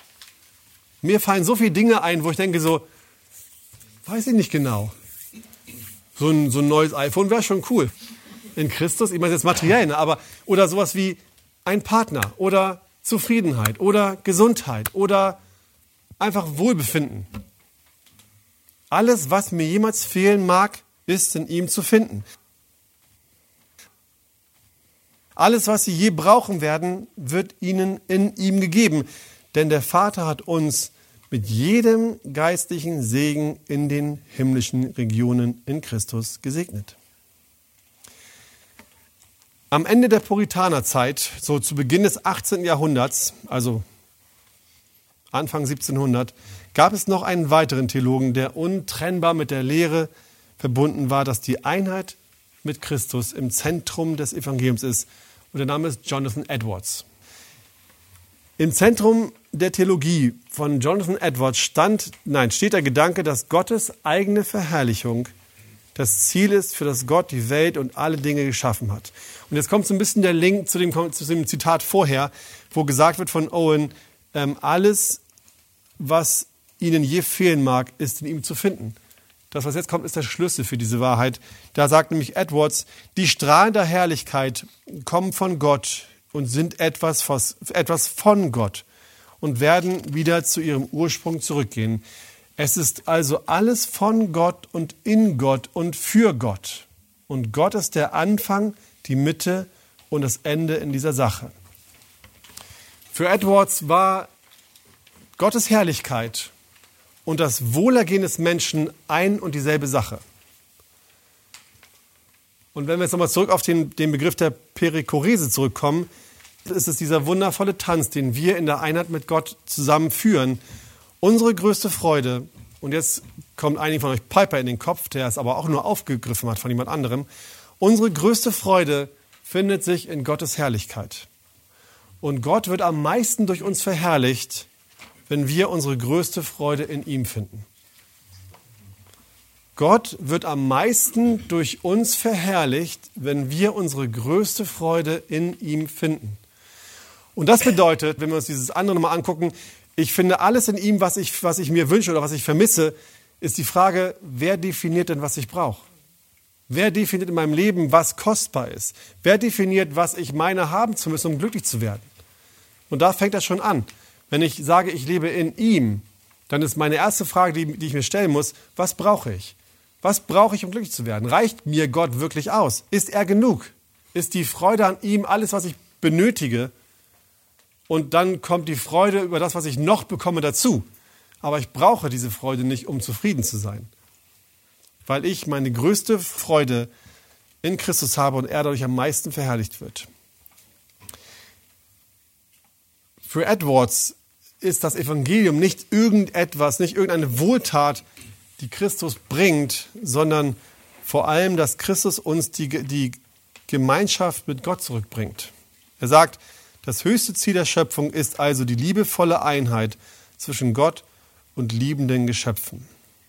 Mir fallen so viele Dinge ein, wo ich denke so, weiß ich nicht genau. So ein neues iPhone wäre schon cool. In Christus, ich meine jetzt materiell, ne? Aber oder sowas wie ein Partner oder Zufriedenheit oder Gesundheit oder einfach Wohlbefinden. Alles, was mir jemals fehlen mag, ist in ihm zu finden. Alles, was sie je brauchen werden, wird ihnen in ihm gegeben. Denn der Vater hat uns mit jedem geistlichen Segen in den himmlischen Regionen in Christus gesegnet. Am Ende der Puritanerzeit, so zu Beginn des 18. Jahrhunderts, also Anfang 1700, gab es noch einen weiteren Theologen, der untrennbar mit der Lehre verbunden war, dass die Einheit mit Christus im Zentrum des Evangeliums ist. Und der Name ist Jonathan Edwards. Im Zentrum der Theologie von Jonathan Edwards steht der Gedanke, dass Gottes eigene Verherrlichung das Ziel ist, für das Gott die Welt und alle Dinge geschaffen hat. Und jetzt kommt so ein bisschen der Link zu dem Zitat vorher, wo gesagt wird von Owen, alles, was ihnen je fehlen mag, ist in ihm zu finden. Das, was jetzt kommt, ist der Schlüssel für diese Wahrheit. Da sagt nämlich Edwards: Die Strahlen der Herrlichkeit kommen von Gott und sind etwas von Gott und werden wieder zu ihrem Ursprung zurückgehen. Es ist also alles von Gott und in Gott und für Gott. Und Gott ist der Anfang, die Mitte und das Ende in dieser Sache. Für Edwards war Gottes Herrlichkeit und das Wohlergehen des Menschen ein und dieselbe Sache. Und wenn wir jetzt nochmal zurück auf den Begriff der Perikorese zurückkommen, ist es dieser wundervolle Tanz, den wir in der Einheit mit Gott zusammen führen. Unsere größte Freude, und jetzt kommt einigen von euch Piper in den Kopf, der es aber auch nur aufgegriffen hat von jemand anderem, unsere größte Freude findet sich in Gottes Herrlichkeit. Und Gott wird am meisten durch uns verherrlicht, wenn wir unsere größte Freude in ihm finden. Gott wird am meisten durch uns verherrlicht, wenn wir unsere größte Freude in ihm finden. Und das bedeutet, wenn wir uns dieses andere nochmal angucken, ich finde alles in ihm, was ich mir wünsche oder was ich vermisse, ist die Frage, wer definiert denn, was ich brauche? Wer definiert in meinem Leben, was kostbar ist? Wer definiert, was ich meine haben zu müssen, um glücklich zu werden? Und da fängt das schon an. Wenn ich sage, ich lebe in ihm, dann ist meine erste Frage, die ich mir stellen muss, was brauche ich? Was brauche ich, um glücklich zu werden? Reicht mir Gott wirklich aus? Ist er genug? Ist die Freude an ihm alles, was ich benötige? Und dann kommt die Freude über das, was ich noch bekomme, dazu. Aber ich brauche diese Freude nicht, um zufrieden zu sein. Weil ich meine größte Freude in Christus habe und er dadurch am meisten verherrlicht wird. Für Edwards ist das Evangelium nicht irgendetwas, nicht irgendeine Wohltat, die Christus bringt, sondern vor allem, dass Christus uns die Gemeinschaft mit Gott zurückbringt. Er sagt, das höchste Ziel der Schöpfung ist also die liebevolle Einheit zwischen Gott und liebenden Geschöpfen.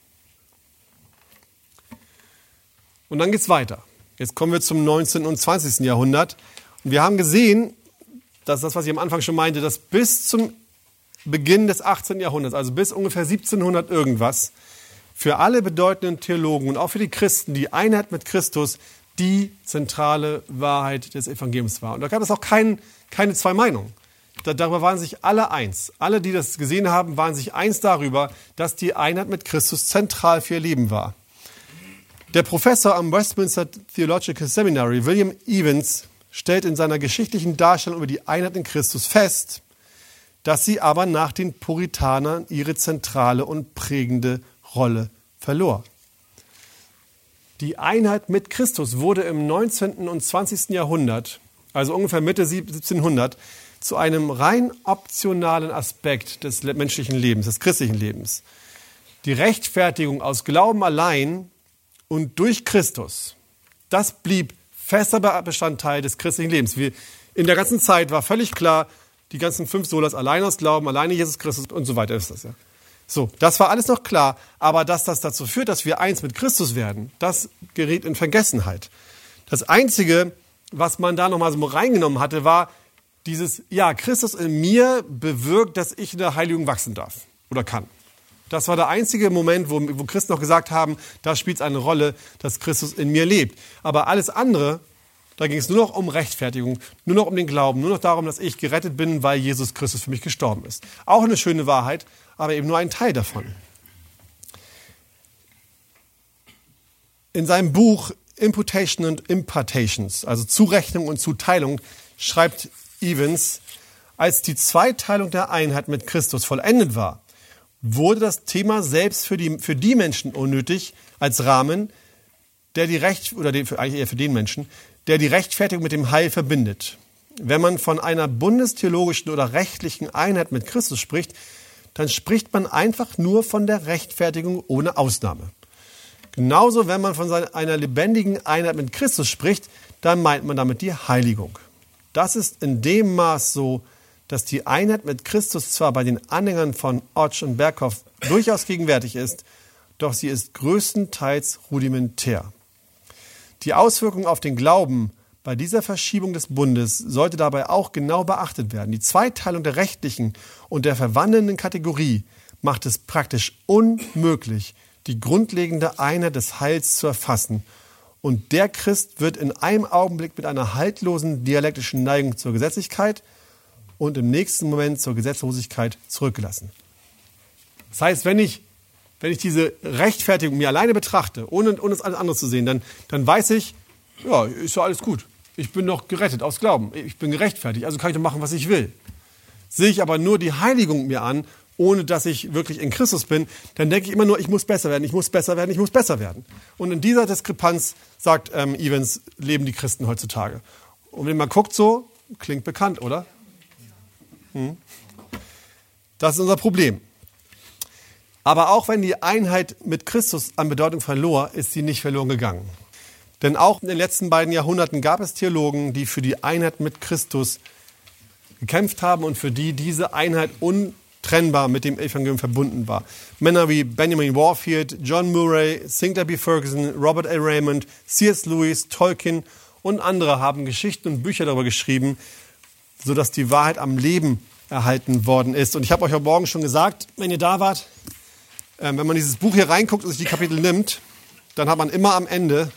Und dann geht's weiter. Jetzt kommen wir zum 19. und 20. Jahrhundert. Und wir haben gesehen, dass das, was ich am Anfang schon meinte, dass bis zum Beginn des 18. Jahrhunderts, also bis ungefähr 1700 irgendwas, für alle bedeutenden Theologen und auch für die Christen die Einheit mit Christus die zentrale Wahrheit des Evangeliums war. Und da gab es auch keine zwei Meinungen. Darüber waren sich alle eins. Alle, die das gesehen haben, waren sich eins darüber, dass die Einheit mit Christus zentral für ihr Leben war. Der Professor am Westminster Theological Seminary, William Evans, stellt in seiner geschichtlichen Darstellung über die Einheit in Christus fest, dass sie aber nach den Puritanern ihre zentrale und prägende Rolle verlor. Die Einheit mit Christus wurde im 19. und 20. Jahrhundert, also ungefähr Mitte 1700, zu einem rein optionalen Aspekt des menschlichen Lebens, des christlichen Lebens. Die Rechtfertigung aus Glauben allein und durch Christus, das blieb fester Bestandteil des christlichen Lebens. In der ganzen Zeit war völlig klar, die ganzen 5 Solas allein aus Glauben, alleine Jesus Christus und so weiter ist das. Ja. So, das war alles noch klar, aber dass das dazu führt, dass wir eins mit Christus werden, das geriet in Vergessenheit. Das Einzige, was man da nochmal so reingenommen hatte, war dieses, ja, Christus in mir bewirkt, dass ich in der Heiligung wachsen darf oder kann. Das war der einzige Moment, wo Christen noch gesagt haben, da spielt es eine Rolle, dass Christus in mir lebt. Aber alles andere, da ging es nur noch um Rechtfertigung, nur noch um den Glauben, nur noch darum, dass ich gerettet bin, weil Jesus Christus für mich gestorben ist. Auch eine schöne Wahrheit, aber eben nur ein Teil davon. In seinem Buch Imputation and Impartations, also Zurechnung und Zuteilung, schreibt Evans, als die Zweiteilung der Einheit mit Christus vollendet war, wurde das Thema selbst für die Menschen unnötig als Rahmen, der eigentlich eher für den Menschen, der die Rechtfertigung mit dem Heil verbindet. Wenn man von einer bundestheologischen oder rechtlichen Einheit mit Christus spricht, dann spricht man einfach nur von der Rechtfertigung ohne Ausnahme. Genauso, wenn man von einer lebendigen Einheit mit Christus spricht, dann meint man damit die Heiligung. Das ist in dem Maß so, dass die Einheit mit Christus zwar bei den Anhängern von Otsch und Berkhof durchaus gegenwärtig ist, doch sie ist größtenteils rudimentär. Die Auswirkung auf den Glauben bei dieser Verschiebung des Bundes sollte dabei auch genau beachtet werden. Die Zweiteilung der rechtlichen und der verwandelnden Kategorie macht es praktisch unmöglich, die grundlegende Einheit des Heils zu erfassen. Und der Christ wird in einem Augenblick mit einer haltlosen dialektischen Neigung zur Gesetzlichkeit und im nächsten Moment zur Gesetzlosigkeit zurückgelassen. Das heißt, wenn ich diese Rechtfertigung mir alleine betrachte, ohne das alles andere zu sehen, dann weiß ich, ja, ist ja alles gut. Ich bin doch gerettet aus Glauben. Ich bin gerechtfertigt, also kann ich doch machen, was ich will. Sehe ich aber nur die Heiligung mir an, ohne dass ich wirklich in Christus bin, dann denke ich immer nur, ich muss besser werden, ich muss besser werden, ich muss besser werden. Und in dieser Diskrepanz, sagt Evans, leben die Christen heutzutage. Und wenn man guckt so, klingt bekannt, oder? Das ist unser Problem. Aber auch wenn die Einheit mit Christus an Bedeutung verlor, ist sie nicht verloren gegangen. Denn auch in den letzten beiden Jahrhunderten gab es Theologen, die für die Einheit mit Christus gekämpft haben und für die diese Einheit untrennbar mit dem Evangelium verbunden war. Männer wie Benjamin Warfield, John Murray, Sinclair B. Ferguson, Robert A. Raymond, C.S. Lewis, Tolkien und andere haben Geschichten und Bücher darüber geschrieben, sodass die Wahrheit am Leben erhalten worden ist. Und ich habe euch heute Morgen schon gesagt, wenn ihr da wart, wenn man dieses Buch hier reinguckt und sich die Kapitel nimmt, dann hat man immer am Ende,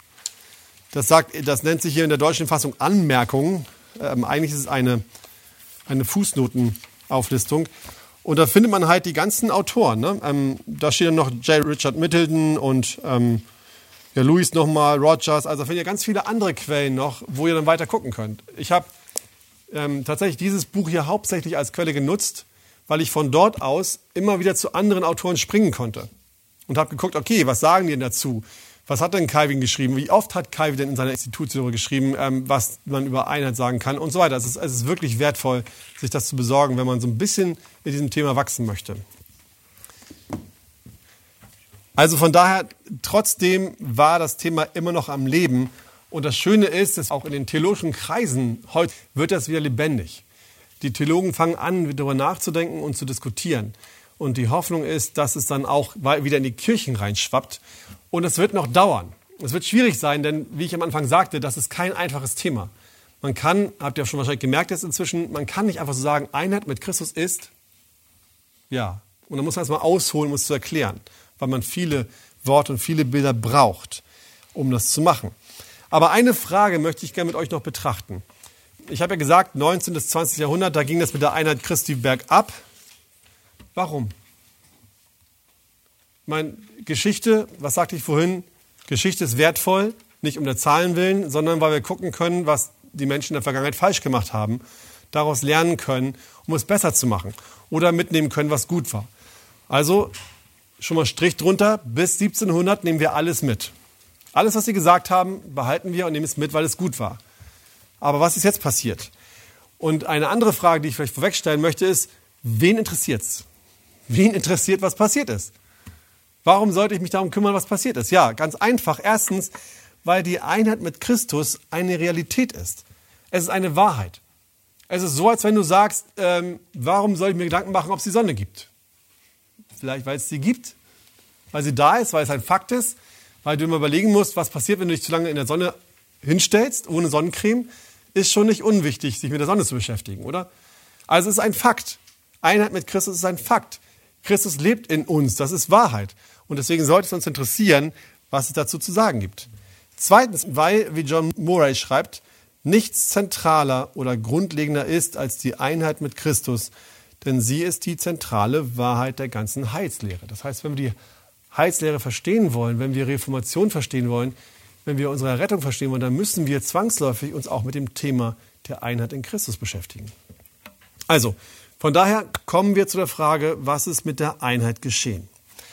das nennt sich hier in der deutschen Fassung Anmerkungen, eigentlich ist es eine Fußnotenauflistung. Und da findet man halt die ganzen Autoren. Ne? Da steht dann noch J. Richard Middleton und Lewis nochmal, Rogers. Also findet ihr ganz viele andere Quellen noch, wo ihr dann weiter gucken könnt. Ich habe tatsächlich dieses Buch hier hauptsächlich als Quelle genutzt, weil ich von dort aus immer wieder zu anderen Autoren springen konnte. Und habe geguckt, okay, was sagen die denn dazu? Was hat denn Calvin geschrieben? Wie oft hat Calvin denn in seiner Institutslehre geschrieben, was man über Einheit sagen kann und so weiter. Es ist wirklich wertvoll, sich das zu besorgen, wenn man so ein bisschen in diesem Thema wachsen möchte. Also von daher, trotzdem war das Thema immer noch am Leben. Und das Schöne ist, dass auch in den theologischen Kreisen heute wird das wieder lebendig. Die Theologen fangen an, darüber nachzudenken und zu diskutieren. Und die Hoffnung ist, dass es dann auch wieder in die Kirchen reinschwappt. Und es wird noch dauern. Es wird schwierig sein, denn wie ich am Anfang sagte, das ist kein einfaches Thema. Man kann, habt ihr auch schon wahrscheinlich gemerkt jetzt inzwischen, man kann nicht einfach so sagen, Einheit mit Christus ist, ja. Und dann muss man es mal ausholen, um es zu erklären, weil man viele Worte und viele Bilder braucht, um das zu machen. Aber eine Frage möchte ich gerne mit euch noch betrachten. Ich habe ja gesagt, 19. bis 20. Jahrhundert, da ging das mit der Einheit Christi bergab. Warum? Geschichte, was sagte ich vorhin? Geschichte ist wertvoll, nicht um der Zahlen willen, sondern weil wir gucken können, was die Menschen in der Vergangenheit falsch gemacht haben, daraus lernen können, um es besser zu machen oder mitnehmen können, was gut war. Also schon mal Strich drunter, bis 1700 nehmen wir alles mit. Alles, was sie gesagt haben, behalten wir und nehmen es mit, weil es gut war. Aber was ist jetzt passiert? Und eine andere Frage, die ich vielleicht vorwegstellen möchte, ist, wen interessiert's? Wen interessiert, was passiert ist? Warum sollte ich mich darum kümmern, was passiert ist? Ja, ganz einfach. Erstens, weil die Einheit mit Christus eine Realität ist. Es ist eine Wahrheit. Es ist so, als wenn du sagst, warum soll ich mir Gedanken machen, ob es die Sonne gibt? Vielleicht, weil es sie gibt, weil sie da ist, weil es ein Fakt ist, weil du immer überlegen musst, was passiert, wenn du dich zu lange in der Sonne hinstellst, ohne Sonnencreme, ist schon nicht unwichtig, sich mit der Sonne zu beschäftigen, oder? Also es ist ein Fakt. Einheit mit Christus ist ein Fakt. Christus lebt in uns, das ist Wahrheit. Und deswegen sollte es uns interessieren, was es dazu zu sagen gibt. Zweitens, weil, wie John Murray schreibt, nichts zentraler oder grundlegender ist als die Einheit mit Christus, denn sie ist die zentrale Wahrheit der ganzen Heilslehre. Das heißt, wenn wir die Heilslehre verstehen wollen, wenn wir Reformation verstehen wollen, wenn wir unsere Rettung verstehen wollen, dann müssen wir zwangsläufig uns auch mit dem Thema der Einheit in Christus beschäftigen. Also, von daher kommen wir zu der Frage, was ist mit der Einheit geschehen?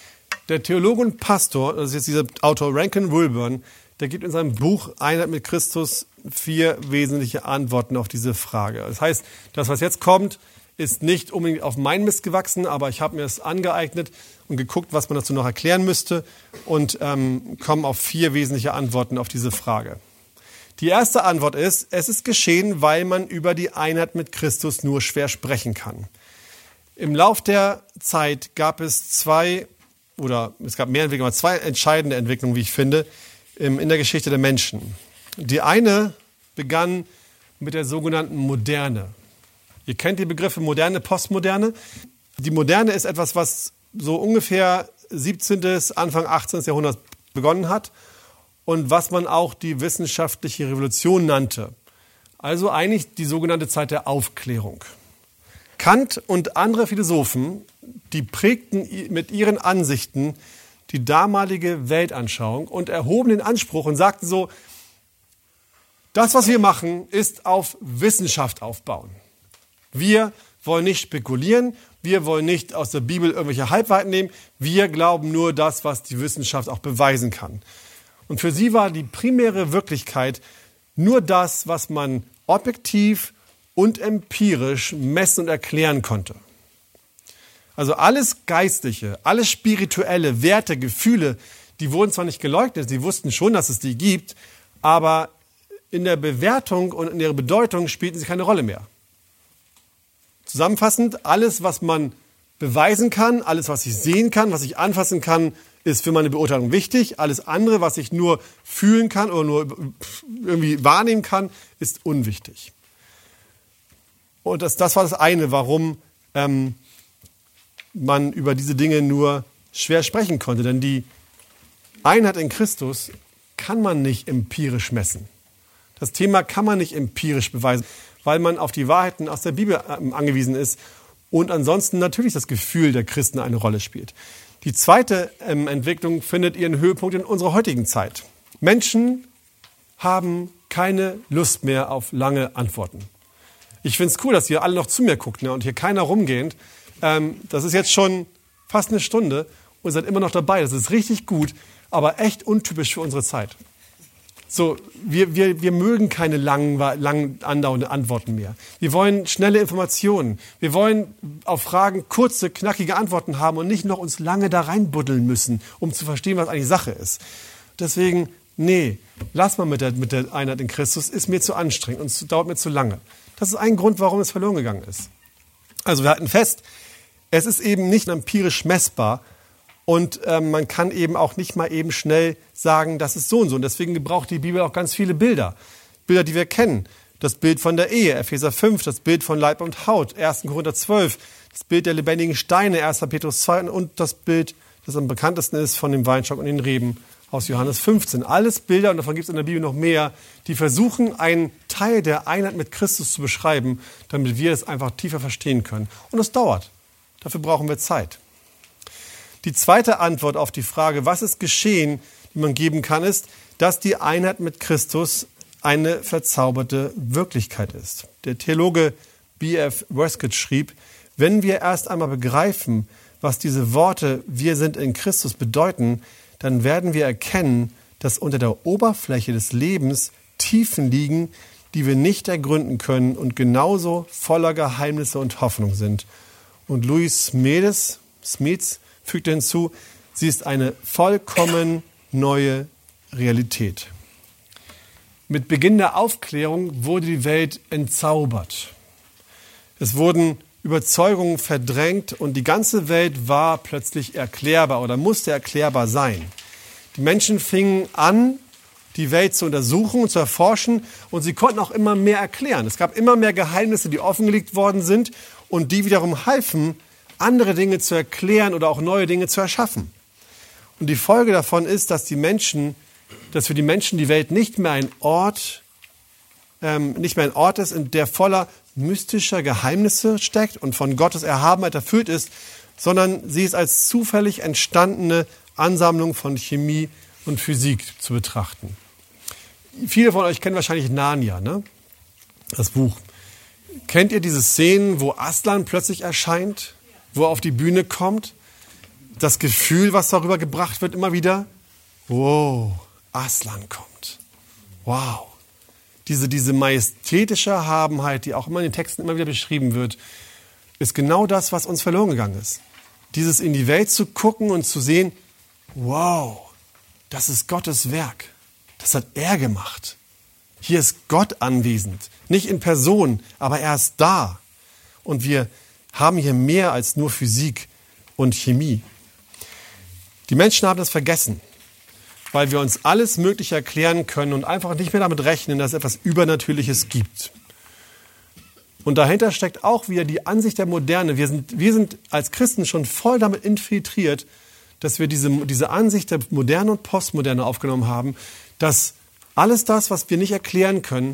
Der Theologe und Pastor, das ist jetzt dieser Autor Rankin Wilbourne, der gibt in seinem Buch Einheit mit Christus 4 wesentliche Antworten auf diese Frage. Das heißt, das, was jetzt kommt, ist nicht unbedingt auf meinen Mist gewachsen, aber ich habe mir es angeeignet und geguckt, was man dazu noch erklären müsste und komme auf 4 wesentliche Antworten auf diese Frage. Die erste Antwort ist, es ist geschehen, weil man über die Einheit mit Christus nur schwer sprechen kann. Im Lauf der Zeit gab es mehr Entwicklungen, aber 2 entscheidende Entwicklungen, wie ich finde, in der Geschichte der Menschen. Die eine begann mit der sogenannten Moderne. Ihr kennt die Begriffe Moderne, Postmoderne. Die Moderne ist etwas, was so ungefähr 17. Anfang 18. Jahrhundert begonnen hat und was man auch die wissenschaftliche Revolution nannte. Also eigentlich die sogenannte Zeit der Aufklärung. Kant und andere Philosophen, die prägten mit ihren Ansichten die damalige Weltanschauung und erhoben den Anspruch und sagten so, das, was wir machen, ist auf Wissenschaft aufbauen. Wir wollen nicht spekulieren, wir wollen nicht aus der Bibel irgendwelche Halbwahrheiten nehmen, wir glauben nur das, was die Wissenschaft auch beweisen kann. Und für sie war die primäre Wirklichkeit nur das, was man objektiv und empirisch messen und erklären konnte. Also alles Geistliche, alles Spirituelle, Werte, Gefühle, die wurden zwar nicht geleugnet, sie wussten schon, dass es die gibt, aber in der Bewertung und in ihrer Bedeutung spielten sie keine Rolle mehr. Zusammenfassend, alles, was man beweisen kann, alles, was ich sehen kann, was ich anfassen kann, ist für meine Beurteilung wichtig. Alles andere, was ich nur fühlen kann oder nur irgendwie wahrnehmen kann, ist unwichtig. Und das war das eine, warum man über diese Dinge nur schwer sprechen konnte. Denn die Einheit in Christus kann man nicht empirisch messen. Das Thema kann man nicht empirisch beweisen, weil man auf die Wahrheiten aus der Bibel angewiesen ist und ansonsten natürlich das Gefühl der Christen eine Rolle spielt. Die zweite Entwicklung findet ihren Höhepunkt in unserer heutigen Zeit. Menschen haben keine Lust mehr auf lange Antworten. Ich finde es cool, dass ihr alle noch zu mir guckt, ne, und hier keiner rumgehend. Das ist jetzt schon fast eine Stunde und ihr seid immer noch dabei. Das ist richtig gut, aber echt untypisch für unsere Zeit. So, wir mögen keine lang andauernde Antworten mehr. Wir wollen schnelle Informationen. Wir wollen auf Fragen kurze, knackige Antworten haben und nicht noch uns lange da reinbuddeln müssen, um zu verstehen, was eigentlich Sache ist. Deswegen, nee, lass mal mit der Einheit in Christus, ist mir zu anstrengend und es dauert mir zu lange. Das ist ein Grund, warum es verloren gegangen ist. Also wir halten fest, es ist eben nicht empirisch messbar und man kann eben auch nicht mal eben schnell sagen, das ist so und so. Und deswegen gebraucht die Bibel auch ganz viele Bilder. Bilder, die wir kennen. Das Bild von der Ehe, Epheser 5, das Bild von Leib und Haut, 1. Korinther 12, das Bild der lebendigen Steine, 1. Petrus 2 und das Bild, das am bekanntesten ist, von dem Weinstock und den Reben aus Johannes 15. Alles Bilder, und davon gibt es in der Bibel noch mehr, die versuchen, einen Teil der Einheit mit Christus zu beschreiben, damit wir es einfach tiefer verstehen können. Und es dauert. Dafür brauchen wir Zeit. Die zweite Antwort auf die Frage, was ist geschehen, die man geben kann, ist, dass die Einheit mit Christus eine verzauberte Wirklichkeit ist. Der Theologe B.F. Westcott schrieb, wenn wir erst einmal begreifen, was diese Worte "Wir sind in Christus" bedeuten, dann werden wir erkennen, dass unter der Oberfläche des Lebens Tiefen liegen, die wir nicht ergründen können und genauso voller Geheimnisse und Hoffnung sind. Und Louis Smedes fügte hinzu, sie ist eine vollkommen neue Realität. Mit Beginn der Aufklärung wurde die Welt entzaubert. Es wurden Überzeugungen verdrängt und die ganze Welt war plötzlich erklärbar oder musste erklärbar sein. Die Menschen fingen an, die Welt zu untersuchen und zu erforschen und sie konnten auch immer mehr erklären. Es gab immer mehr Geheimnisse, die offengelegt worden sind und die wiederum halfen, andere Dinge zu erklären oder auch neue Dinge zu erschaffen. Und die Folge davon ist, dass für die Menschen die Welt nicht mehr ein Ort ist, in der voller mystischer Geheimnisse steckt und von Gottes Erhabenheit erfüllt ist, sondern sie ist als zufällig entstandene Ansammlung von Chemie und Physik zu betrachten. Viele von euch kennen wahrscheinlich Narnia, ne? Das Buch. Kennt ihr diese Szenen, wo Aslan plötzlich erscheint, wo er auf die Bühne kommt? Das Gefühl, was darüber gebracht wird immer wieder, wow, Aslan kommt. Wow. Diese majestätische Erhabenheit, die auch immer in den Texten immer wieder beschrieben wird, ist genau das, was uns verloren gegangen ist. Dieses in die Welt zu gucken und zu sehen, wow, das ist Gottes Werk. Das hat er gemacht. Hier ist Gott anwesend. Nicht in Person, aber er ist da. Und wir haben hier mehr als nur Physik und Chemie. Die Menschen haben das vergessen, weil wir uns alles Mögliche erklären können und einfach nicht mehr damit rechnen, dass es etwas Übernatürliches gibt. Und dahinter steckt auch wieder die Ansicht der Moderne. Wir sind als Christen schon voll damit infiltriert, dass wir diese Ansicht der Moderne und Postmoderne aufgenommen haben, dass alles das, was wir nicht erklären können,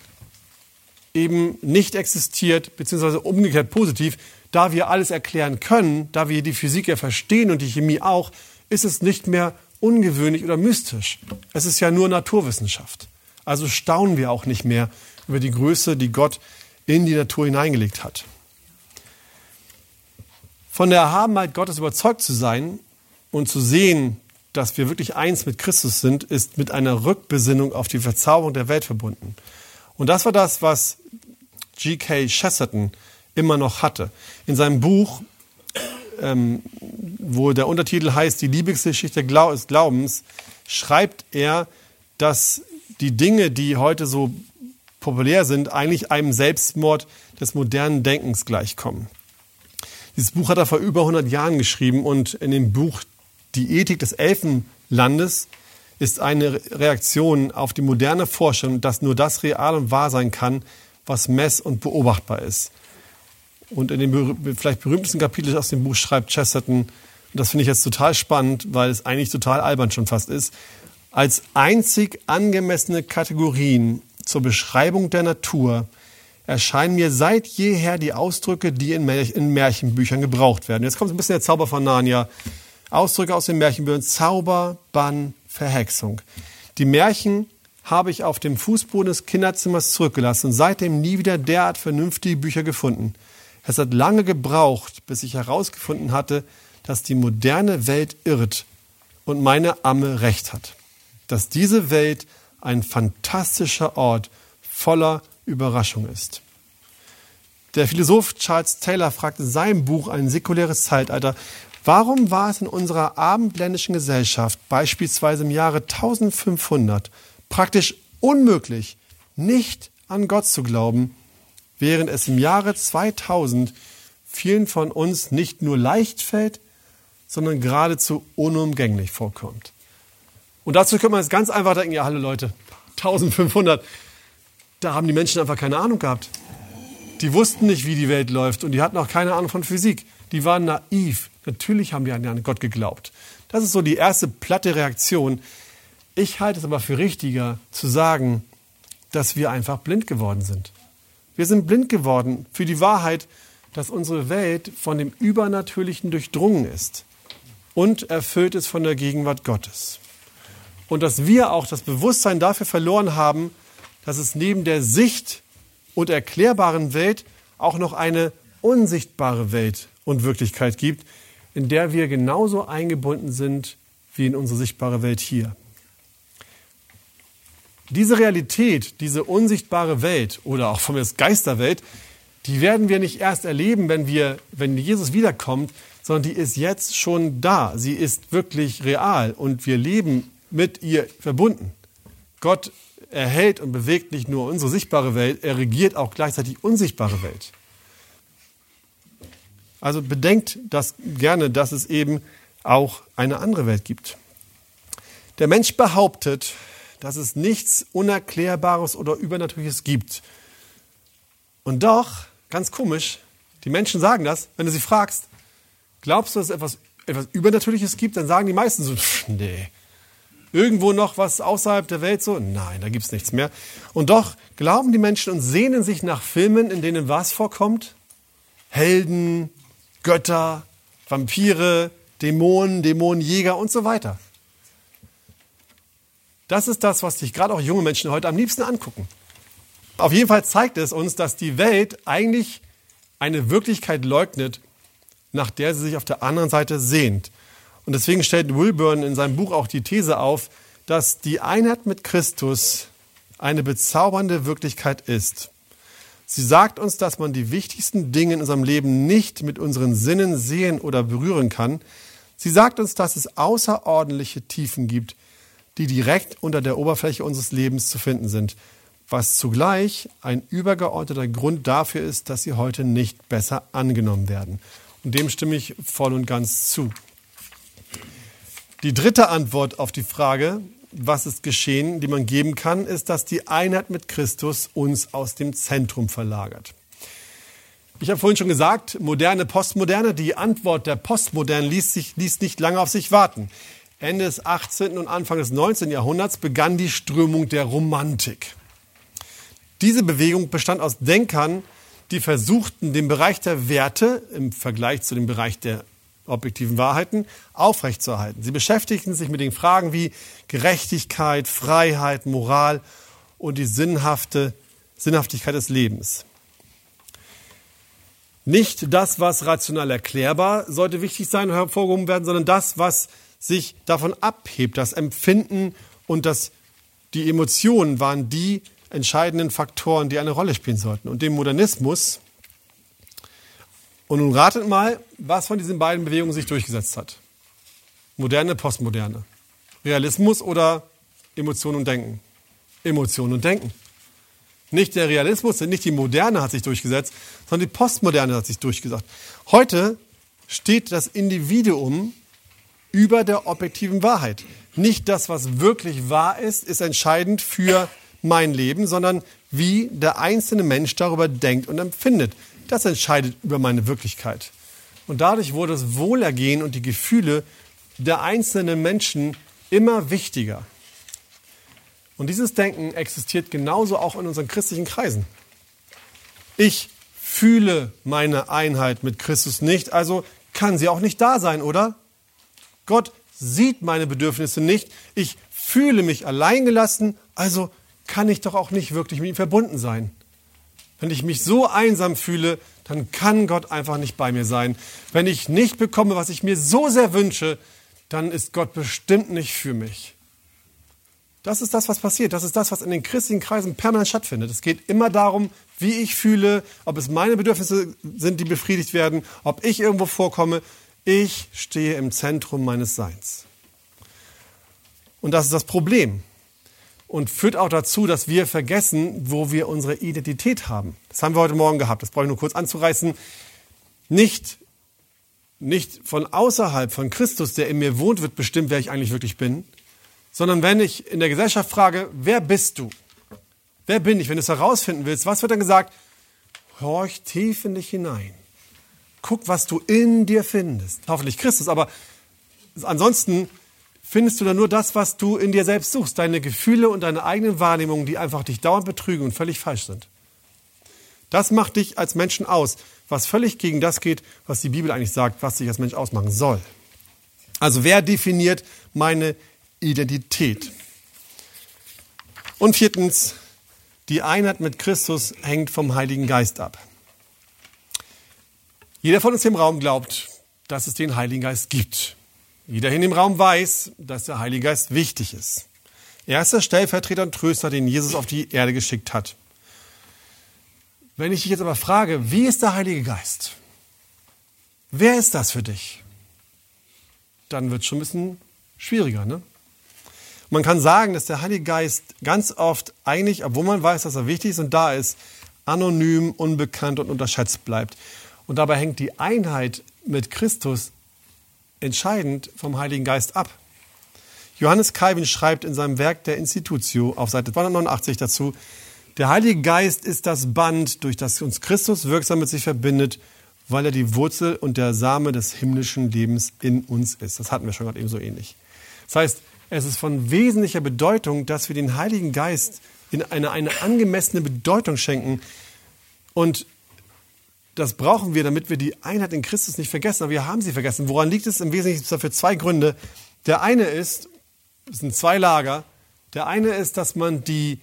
eben nicht existiert, beziehungsweise umgekehrt positiv. Da wir alles erklären können, da wir die Physik ja verstehen und die Chemie auch, ist es nicht mehr ungewöhnlich oder mystisch. Es ist ja nur Naturwissenschaft. Also staunen wir auch nicht mehr über die Größe, die Gott in die Natur hineingelegt hat. Von der Erhabenheit Gottes überzeugt zu sein und zu sehen, dass wir wirklich eins mit Christus sind, ist mit einer Rückbesinnung auf die Verzauberung der Welt verbunden. Und das war das, was G.K. Chesterton immer noch hatte. In seinem Buch, wo der Untertitel heißt Die Liebesgeschichte des Glaubens, schreibt er, dass die Dinge, die heute so populär sind, eigentlich einem Selbstmord des modernen Denkens gleichkommen. Dieses Buch hat er vor über 100 Jahren geschrieben und in dem Buch Die Ethik des Elfenlandes ist eine Reaktion auf die moderne Vorstellung, dass nur das real und wahr sein kann, was mess- und beobachtbar ist. Und in dem vielleicht berühmtesten Kapitel aus dem Buch schreibt Chesterton, und das finde ich jetzt total spannend, weil es eigentlich total albern schon fast ist, als einzig angemessene Kategorien zur Beschreibung der Natur erscheinen mir seit jeher die Ausdrücke, die in Märchenbüchern gebraucht werden. Jetzt kommt ein bisschen der Zauber von Narnia. Ausdrücke aus den Märchenbüchern: Zauber, Bann, Verhexung. Die Märchen habe ich auf dem Fußboden des Kinderzimmers zurückgelassen und seitdem nie wieder derart vernünftige Bücher gefunden. Es hat lange gebraucht, bis ich herausgefunden hatte, dass die moderne Welt irrt und meine Amme recht hat. Dass diese Welt ein fantastischer Ort voller Überraschung ist. Der Philosoph Charles Taylor fragt in seinem Buch Ein säkuläres Zeitalter: Warum war es in unserer abendländischen Gesellschaft, beispielsweise im Jahre 1500, praktisch unmöglich, nicht an Gott zu glauben, während es im Jahre 2000 vielen von uns nicht nur leicht fällt, sondern geradezu unumgänglich vorkommt? Und dazu kann man jetzt ganz einfach denken: Ja, hallo Leute, 1500, da haben die Menschen einfach keine Ahnung gehabt. Die wussten nicht, wie die Welt läuft, und die hatten auch keine Ahnung von Physik. Die waren naiv. Natürlich haben die an Gott geglaubt. Das ist so die erste platte Reaktion. Ich halte es aber für richtiger zu sagen, dass wir einfach blind geworden sind. Wir sind blind geworden für die Wahrheit, dass unsere Welt von dem Übernatürlichen durchdrungen ist und erfüllt ist von der Gegenwart Gottes. Und dass wir auch das Bewusstsein dafür verloren haben, dass es neben der Sicht- und erklärbaren Welt auch noch eine unsichtbare Welt und Wirklichkeit gibt, in der wir genauso eingebunden sind wie in unsere sichtbare Welt hier. Diese Realität, diese unsichtbare Welt oder auch von mir das Geisterwelt, die werden wir nicht erst erleben, wenn Jesus wiederkommt, sondern die ist jetzt schon da. Sie ist wirklich real und wir leben mit ihr verbunden. Gott erhält und bewegt nicht nur unsere sichtbare Welt, er regiert auch gleichzeitig die unsichtbare Welt. Also bedenkt das gerne, dass es eben auch eine andere Welt gibt. Der Mensch behauptet, dass es nichts Unerklärbares oder Übernatürliches gibt. Und doch, ganz komisch, die Menschen sagen das, wenn du sie fragst, glaubst du, dass es etwas Übernatürliches gibt? Dann sagen die meisten so: Nee. Irgendwo noch was außerhalb der Welt so? Nein, da gibt es nichts mehr. Und doch glauben die Menschen und sehnen sich nach Filmen, in denen was vorkommt? Helden, Götter, Vampire, Dämonen, Dämonenjäger und so weiter. Das ist das, was sich gerade auch junge Menschen heute am liebsten angucken. Auf jeden Fall zeigt es uns, dass die Welt eigentlich eine Wirklichkeit leugnet, nach der sie sich auf der anderen Seite sehnt. Und deswegen stellt Wilburn in seinem Buch auch die These auf, dass die Einheit mit Christus eine bezaubernde Wirklichkeit ist. Sie sagt uns, dass man die wichtigsten Dinge in unserem Leben nicht mit unseren Sinnen sehen oder berühren kann. Sie sagt uns, dass es außerordentliche Tiefen gibt, die direkt unter der Oberfläche unseres Lebens zu finden sind, was zugleich ein übergeordneter Grund dafür ist, dass sie heute nicht besser angenommen werden. Und dem stimme ich voll und ganz zu. Die dritte Antwort auf die Frage, was ist geschehen, die man geben kann, ist, dass die Einheit mit Christus uns aus dem Zentrum verlagert. Ich habe vorhin schon gesagt, moderne, Postmoderne, die Antwort der Postmodernen ließ nicht lange auf sich warten. Ende des 18. und Anfang des 19. Jahrhunderts begann die Strömung der Romantik. Diese Bewegung bestand aus Denkern, die versuchten, den Bereich der Werte im Vergleich zu dem Bereich der objektiven Wahrheiten aufrechtzuerhalten. Sie beschäftigten sich mit den Fragen wie Gerechtigkeit, Freiheit, Moral und die Sinnhaftigkeit des Lebens. Nicht das, was rational erklärbar sollte wichtig sein und hervorgehoben werden, sondern das, was sich davon abhebt. Das Empfinden und die Emotionen waren die entscheidenden Faktoren, die eine Rolle spielen sollten. Und dem Modernismus. Und nun ratet mal, was von diesen beiden Bewegungen sich durchgesetzt hat. Moderne, Postmoderne. Realismus oder Emotion und Denken? Emotion und Denken. Nicht der Realismus, nicht die Moderne hat sich durchgesetzt, sondern die Postmoderne hat sich durchgesetzt. Heute steht das Individuum über der objektiven Wahrheit. Nicht das, was wirklich wahr ist, ist entscheidend für mein Leben, sondern wie der einzelne Mensch darüber denkt und empfindet. Das entscheidet über meine Wirklichkeit. Und dadurch wurde das Wohlergehen und die Gefühle der einzelnen Menschen immer wichtiger. Und dieses Denken existiert genauso auch in unseren christlichen Kreisen. Ich fühle meine Einheit mit Christus nicht, also kann sie auch nicht da sein, oder? Gott sieht meine Bedürfnisse nicht. Ich fühle mich alleingelassen, also kann ich doch auch nicht wirklich mit ihm verbunden sein. Wenn ich mich so einsam fühle, dann kann Gott einfach nicht bei mir sein. Wenn ich nicht bekomme, was ich mir so sehr wünsche, dann ist Gott bestimmt nicht für mich. Das ist das, was passiert. Das ist das, was in den christlichen Kreisen permanent stattfindet. Es geht immer darum, wie ich fühle, ob es meine Bedürfnisse sind, die befriedigt werden, ob ich irgendwo vorkomme. Ich stehe im Zentrum meines Seins. Und das ist das Problem. Und führt auch dazu, dass wir vergessen, wo wir unsere Identität haben. Das haben wir heute Morgen gehabt. Das brauche ich nur kurz anzureißen. Nicht von außerhalb von Christus, der in mir wohnt, wird bestimmt, wer ich eigentlich wirklich bin, sondern wenn ich in der Gesellschaft frage, wer bist du? Wer bin ich? Wenn du es herausfinden willst, was wird dann gesagt? Horch tief in dich hinein. Guck, was du in dir findest. Hoffentlich Christus, aber ansonsten findest du dann nur das, was du in dir selbst suchst. Deine Gefühle und deine eigenen Wahrnehmungen, die einfach dich dauernd betrügen und völlig falsch sind. Das macht dich als Menschen aus, was völlig gegen das geht, was die Bibel eigentlich sagt, was dich als Mensch ausmachen soll. Also wer definiert meine Identität? Und viertens, die Einheit mit Christus hängt vom Heiligen Geist ab. Jeder von uns im Raum glaubt, dass es den Heiligen Geist gibt. Jeder in dem Raum weiß, dass der Heilige Geist wichtig ist. Er ist der Stellvertreter und Tröster, den Jesus auf die Erde geschickt hat. Wenn ich dich jetzt aber frage, wie ist der Heilige Geist? Wer ist das für dich? Dann wird es schon ein bisschen schwieriger, ne? Man kann sagen, dass der Heilige Geist ganz oft eigentlich, obwohl man weiß, dass er wichtig ist und da ist, anonym, unbekannt und unterschätzt bleibt. Und dabei hängt die Einheit mit Christus entscheidend vom Heiligen Geist ab. Johannes Calvin schreibt in seinem Werk der Institutio auf Seite 289 dazu: Der Heilige Geist ist das Band, durch das uns Christus wirksam mit sich verbindet, weil er die Wurzel und der Same des himmlischen Lebens in uns ist. Das hatten wir schon gerade eben so ähnlich. Das heißt, es ist von wesentlicher Bedeutung, dass wir den Heiligen Geist in eine angemessene Bedeutung schenken. Und das brauchen wir, damit wir die Einheit in Christus nicht vergessen. Aber wir haben sie vergessen. Woran liegt es? Im Wesentlichen ist dafür zwei Gründe. Der eine ist, es sind zwei Lager. Der eine ist, dass man die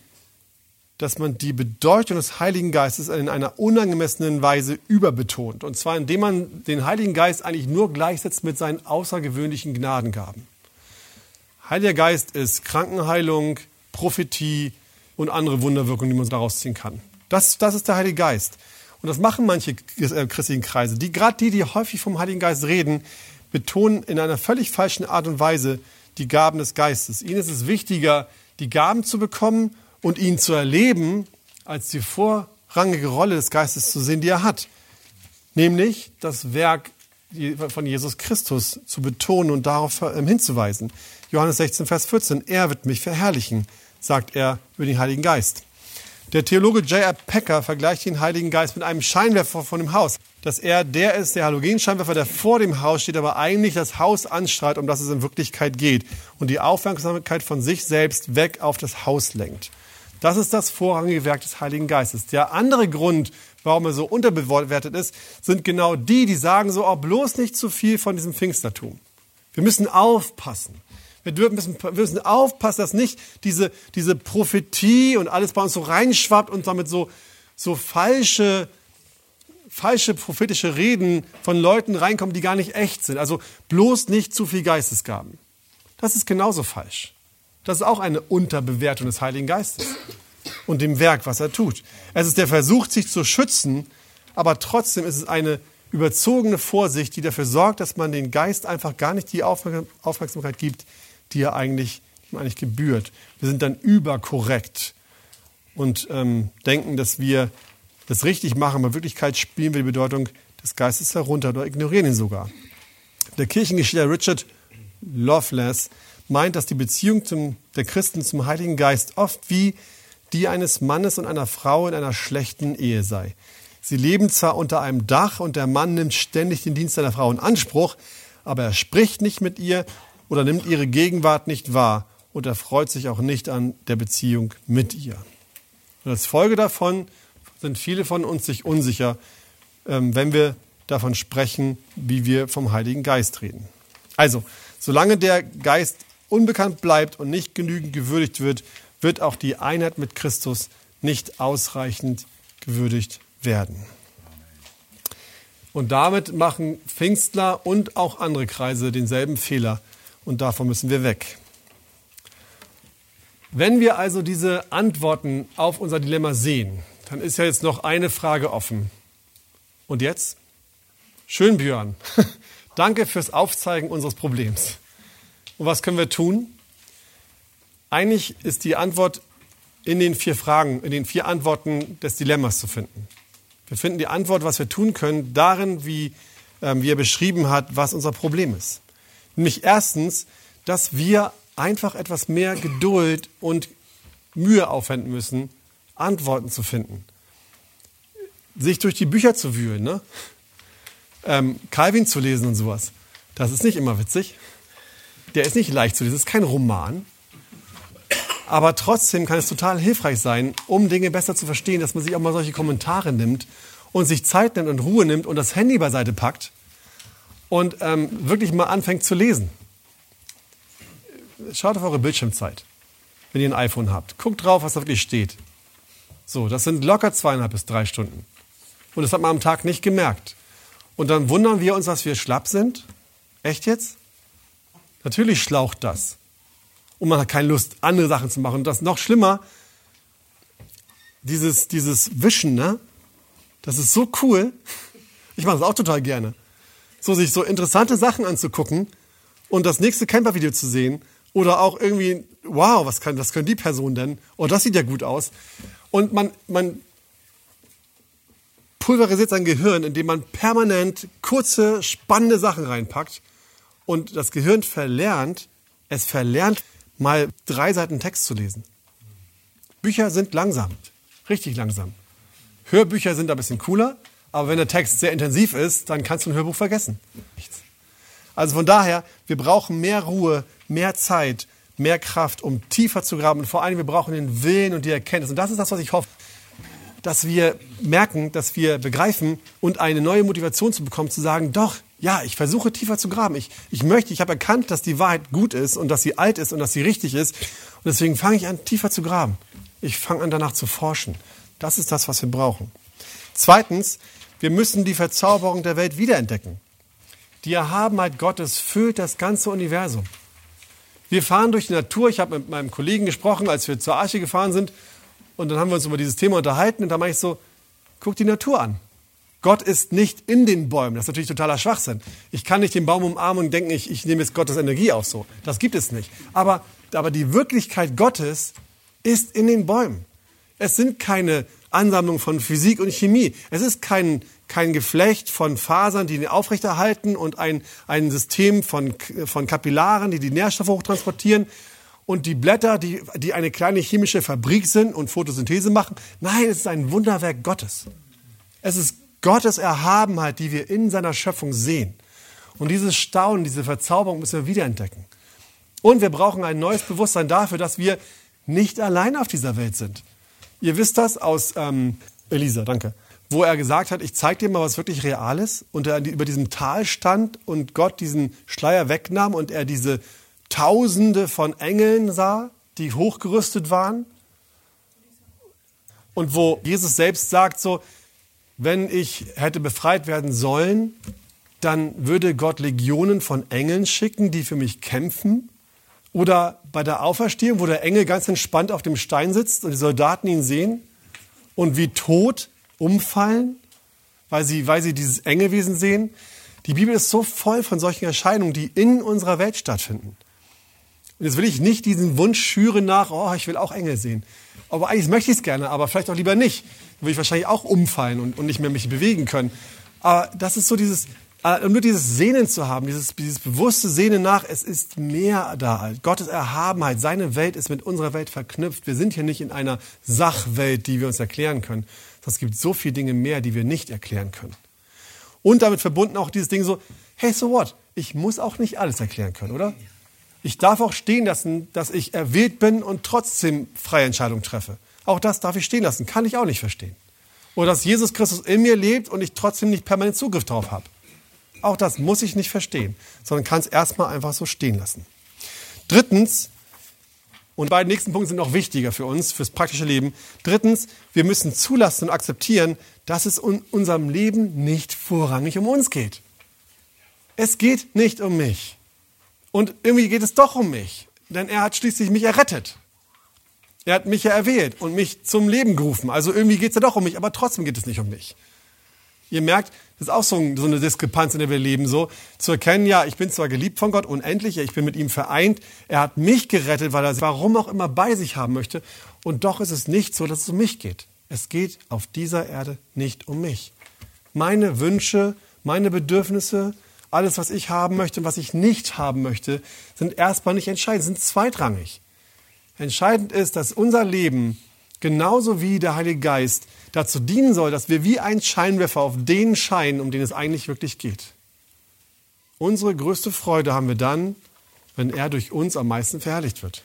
Bedeutung des Heiligen Geistes in einer unangemessenen Weise überbetont. Und zwar, indem man den Heiligen Geist eigentlich nur gleichsetzt mit seinen außergewöhnlichen Gnadengaben. Heiliger Geist ist Krankenheilung, Prophetie und andere Wunderwirkungen, die man daraus ziehen kann. Das ist der Heilige Geist. Und das machen manche christlichen Kreise. Gerade die häufig vom Heiligen Geist reden, betonen in einer völlig falschen Art und Weise die Gaben des Geistes. Ihnen ist es wichtiger, die Gaben zu bekommen und ihn zu erleben, als die vorrangige Rolle des Geistes zu sehen, die er hat. Nämlich das Werk von Jesus Christus zu betonen und darauf hinzuweisen. Johannes 16, Vers 14. Er wird mich verherrlichen, sagt er über den Heiligen Geist. Der Theologe J.R. Packer vergleicht den Heiligen Geist mit einem Scheinwerfer von dem Haus. Dass er der ist, der Halogenscheinwerfer, der vor dem Haus steht, aber eigentlich das Haus anstrahlt, um das es in Wirklichkeit geht. Und die Aufmerksamkeit von sich selbst weg auf das Haus lenkt. Das ist das vorrangige Werk des Heiligen Geistes. Der andere Grund, warum er so unterbewertet ist, sind genau die sagen so, oh, bloß nicht zu viel von diesem Pfingstertum. Wir müssen aufpassen. Wir müssen aufpassen, dass nicht diese Prophetie und alles bei uns so reinschwappt und damit so falsche prophetische Reden von Leuten reinkommen, die gar nicht echt sind. Also bloß nicht zu viel Geistesgaben. Das ist genauso falsch. Das ist auch eine Unterbewertung des Heiligen Geistes und dem Werk, was er tut. Es ist der Versuch, sich zu schützen, aber trotzdem ist es eine überzogene Vorsicht, die dafür sorgt, dass man den Geist einfach gar nicht die Aufmerksamkeit gibt, die ihm eigentlich gebührt. Wir sind dann überkorrekt und denken, dass wir das richtig machen, aber in Wirklichkeit spielen wir die Bedeutung des Geistes herunter oder ignorieren ihn sogar. Der Kirchengeschichtler Richard Lovelace meint, dass die Beziehung der Christen zum Heiligen Geist oft wie die eines Mannes und einer Frau in einer schlechten Ehe sei. Sie leben zwar unter einem Dach und der Mann nimmt ständig den Dienst seiner Frau in Anspruch, aber er spricht nicht mit ihr oder nimmt ihre Gegenwart nicht wahr und er freut sich auch nicht an der Beziehung mit ihr. Und als Folge davon sind viele von uns sich unsicher, wenn wir davon sprechen, wie wir vom Heiligen Geist reden. Also, solange der Geist unbekannt bleibt und nicht genügend gewürdigt wird, wird auch die Einheit mit Christus nicht ausreichend gewürdigt werden. Und damit machen Pfingstler und auch andere Kreise denselben Fehler und davon müssen wir weg. Wenn wir also diese Antworten auf unser Dilemma sehen, dann ist ja jetzt noch eine Frage offen. Und jetzt? Schön, Björn. Danke fürs Aufzeigen unseres Problems. Und was können wir tun? Eigentlich ist die Antwort in den 4 Fragen, in den 4 Antworten des Dilemmas zu finden. Wir finden die Antwort, was wir tun können, darin, wie er beschrieben hat, was unser Problem ist. Nämlich erstens, dass wir einfach etwas mehr Geduld und Mühe aufwenden müssen, Antworten zu finden. Sich durch die Bücher zu wühlen, ne? Calvin zu lesen und sowas. Das ist nicht immer witzig. Der ist nicht leicht zu lesen, das ist kein Roman. Aber trotzdem kann es total hilfreich sein, um Dinge besser zu verstehen, dass man sich auch mal solche Kommentare nimmt und sich Zeit nimmt und Ruhe nimmt und das Handy beiseite packt und wirklich mal anfängt zu lesen. Schaut auf eure Bildschirmzeit, wenn ihr ein iPhone habt. Guckt drauf, was da wirklich steht. So, das sind locker 2,5 bis 3 Stunden. Und das hat man am Tag nicht gemerkt. Und dann wundern wir uns, dass wir schlapp sind. Echt jetzt? Natürlich schlaucht das. Und man hat keine Lust, andere Sachen zu machen. Und das noch schlimmer, dieses Wischen, ne? Das ist so cool. Ich mache das auch total gerne. So, sich so interessante Sachen anzugucken und das nächste Camper-Video zu sehen. Oder auch irgendwie, wow, was können die Personen denn? Oh, das sieht ja gut aus. Und man pulverisiert sein Gehirn, indem man permanent kurze, spannende Sachen reinpackt. Und das Gehirn verlernt, mal 3 Seiten Text zu lesen. Bücher sind langsam, richtig langsam. Hörbücher sind ein bisschen cooler, aber wenn der Text sehr intensiv ist, dann kannst du ein Hörbuch vergessen. Nichts. Also von daher, wir brauchen mehr Ruhe, mehr Zeit, mehr Kraft, um tiefer zu graben. Und vor allem, wir brauchen den Willen und die Erkenntnis. Und das ist das, was ich hoffe, dass wir merken, dass wir begreifen und eine neue Motivation zu bekommen, zu sagen, doch, ja, ich versuche tiefer zu graben. Ich habe erkannt, dass die Wahrheit gut ist und dass sie alt ist und dass sie richtig ist. Und deswegen fange ich an, tiefer zu graben. Ich fange an, danach zu forschen. Das ist das, was wir brauchen. Zweitens, wir müssen die Verzauberung der Welt wiederentdecken. Die Erhabenheit Gottes füllt das ganze Universum. Wir fahren durch die Natur. Ich habe mit meinem Kollegen gesprochen, als wir zur Arche gefahren sind. Und dann haben wir uns über dieses Thema unterhalten. Und da meine ich so, guck die Natur an. Gott ist nicht in den Bäumen. Das ist natürlich totaler Schwachsinn. Ich kann nicht den Baum umarmen und denken, ich nehme jetzt Gottes Energie auf. So. Das gibt es nicht. Aber die Wirklichkeit Gottes ist in den Bäumen. Es sind keine Ansammlungen von Physik und Chemie. Es ist kein Geflecht von Fasern, die ihn aufrechterhalten und ein System von Kapillaren, die Nährstoffe hochtransportieren und die Blätter, die eine kleine chemische Fabrik sind und Photosynthese machen. Nein, es ist ein Wunderwerk Gottes. Es ist Gottes Erhabenheit, die wir in seiner Schöpfung sehen. Und dieses Staunen, diese Verzauberung müssen wir wiederentdecken. Und wir brauchen ein neues Bewusstsein dafür, dass wir nicht allein auf dieser Welt sind. Ihr wisst das aus Elisa, danke. Wo er gesagt hat, ich zeige dir mal, was wirklich real ist. Und er über diesem Tal stand und Gott diesen Schleier wegnahm und er diese Tausende von Engeln sah, die hochgerüstet waren. Und wo Jesus selbst sagt so, wenn ich hätte befreit werden sollen, dann würde Gott Legionen von Engeln schicken, die für mich kämpfen. Oder bei der Auferstehung, wo der Engel ganz entspannt auf dem Stein sitzt und die Soldaten ihn sehen und wie tot umfallen, weil sie dieses Engelwesen sehen. Die Bibel ist so voll von solchen Erscheinungen, die in unserer Welt stattfinden. Und jetzt will ich nicht diesen Wunsch schüren nach, ich will auch Engel sehen. Aber eigentlich möchte ich es gerne, aber vielleicht auch lieber nicht. Dann würde ich wahrscheinlich auch umfallen und nicht mehr mich bewegen können. Aber das ist so dieses, nur dieses Sehnen zu haben, dieses bewusste Sehnen nach, es ist mehr da. Gottes Erhabenheit, seine Welt ist mit unserer Welt verknüpft. Wir sind hier nicht in einer Sachwelt, die wir uns erklären können. Es gibt so viele Dinge mehr, die wir nicht erklären können. Und damit verbunden auch dieses Ding so, hey, so what? Ich muss auch nicht alles erklären können, oder? Ich darf auch stehen lassen, dass ich erwählt bin und trotzdem freie Entscheidungen treffe. Auch das darf ich stehen lassen, kann ich auch nicht verstehen. Oder dass Jesus Christus in mir lebt und ich trotzdem nicht permanent Zugriff drauf habe. Auch das muss ich nicht verstehen, sondern kann es erstmal einfach so stehen lassen. Drittens, und beide nächsten Punkte sind noch wichtiger für uns, fürs praktische Leben. Drittens, wir müssen zulassen und akzeptieren, dass es in unserem Leben nicht vorrangig um uns geht. Es geht nicht um mich. Und irgendwie geht es doch um mich, denn er hat schließlich mich errettet. Er hat mich ja erwählt und mich zum Leben gerufen. Also irgendwie geht es ja doch um mich, aber trotzdem geht es nicht um mich. Ihr merkt, das ist auch so eine Diskrepanz, in der wir leben, so zu erkennen, ja, ich bin zwar geliebt von Gott, unendlich, ich bin mit ihm vereint, er hat mich gerettet, weil er warum auch immer bei sich haben möchte. Und doch ist es nicht so, dass es um mich geht. Es geht auf dieser Erde nicht um mich. Meine Wünsche, meine Bedürfnisse, alles, was ich haben möchte und was ich nicht haben möchte, sind erstmal nicht entscheidend, sind zweitrangig. Entscheidend ist, dass unser Leben, genauso wie der Heilige Geist, dazu dienen soll, dass wir wie ein Scheinwerfer auf den scheinen, um den es eigentlich wirklich geht. Unsere größte Freude haben wir dann, wenn er durch uns am meisten verherrlicht wird.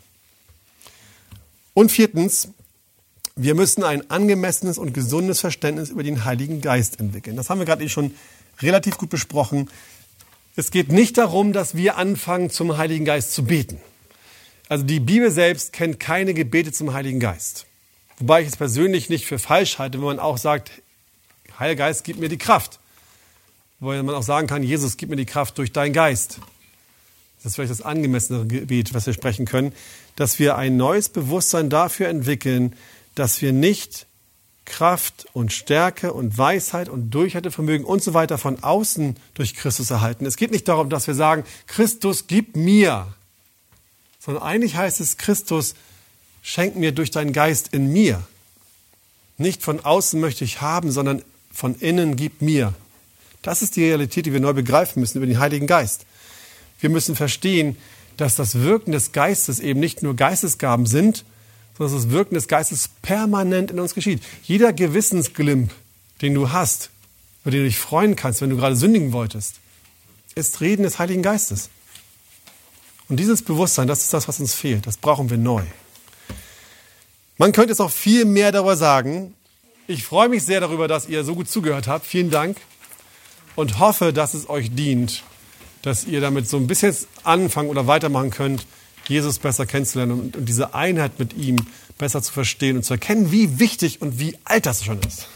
Und viertens, wir müssen ein angemessenes und gesundes Verständnis über den Heiligen Geist entwickeln. Das haben wir gerade schon relativ gut besprochen. Es geht nicht darum, dass wir anfangen, zum Heiligen Geist zu beten. Also die Bibel selbst kennt keine Gebete zum Heiligen Geist. Wobei ich es persönlich nicht für falsch halte, wenn man auch sagt, Heiliger Geist, gib mir die Kraft. Wobei man auch sagen kann, Jesus, gib mir die Kraft durch deinen Geist. Das ist vielleicht das angemessene Gebet, was wir sprechen können, dass wir ein neues Bewusstsein dafür entwickeln, dass wir nicht Kraft und Stärke und Weisheit und Durchhaltevermögen und so weiter von außen durch Christus erhalten. Es geht nicht darum, dass wir sagen, Christus, gib mir, sondern eigentlich heißt es, Christus, schenk mir durch deinen Geist in mir. Nicht von außen möchte ich haben, sondern von innen gib mir. Das ist die Realität, die wir neu begreifen müssen über den Heiligen Geist. Wir müssen verstehen, dass das Wirken des Geistes eben nicht nur Geistesgaben sind, sondern dass das Wirken des Geistes permanent in uns geschieht. Jeder Gewissensglimp, den du hast, über den du dich freuen kannst, wenn du gerade sündigen wolltest, ist Reden des Heiligen Geistes. Und dieses Bewusstsein, das ist das, was uns fehlt. Das brauchen wir neu. Man könnte jetzt auch viel mehr darüber sagen. Ich freue mich sehr darüber, dass ihr so gut zugehört habt. Vielen Dank. Und hoffe, dass es euch dient, dass ihr damit so ein bisschen anfangen oder weitermachen könnt, Jesus besser kennenzulernen und diese Einheit mit ihm besser zu verstehen und zu erkennen, wie wichtig und wie alt das schon ist.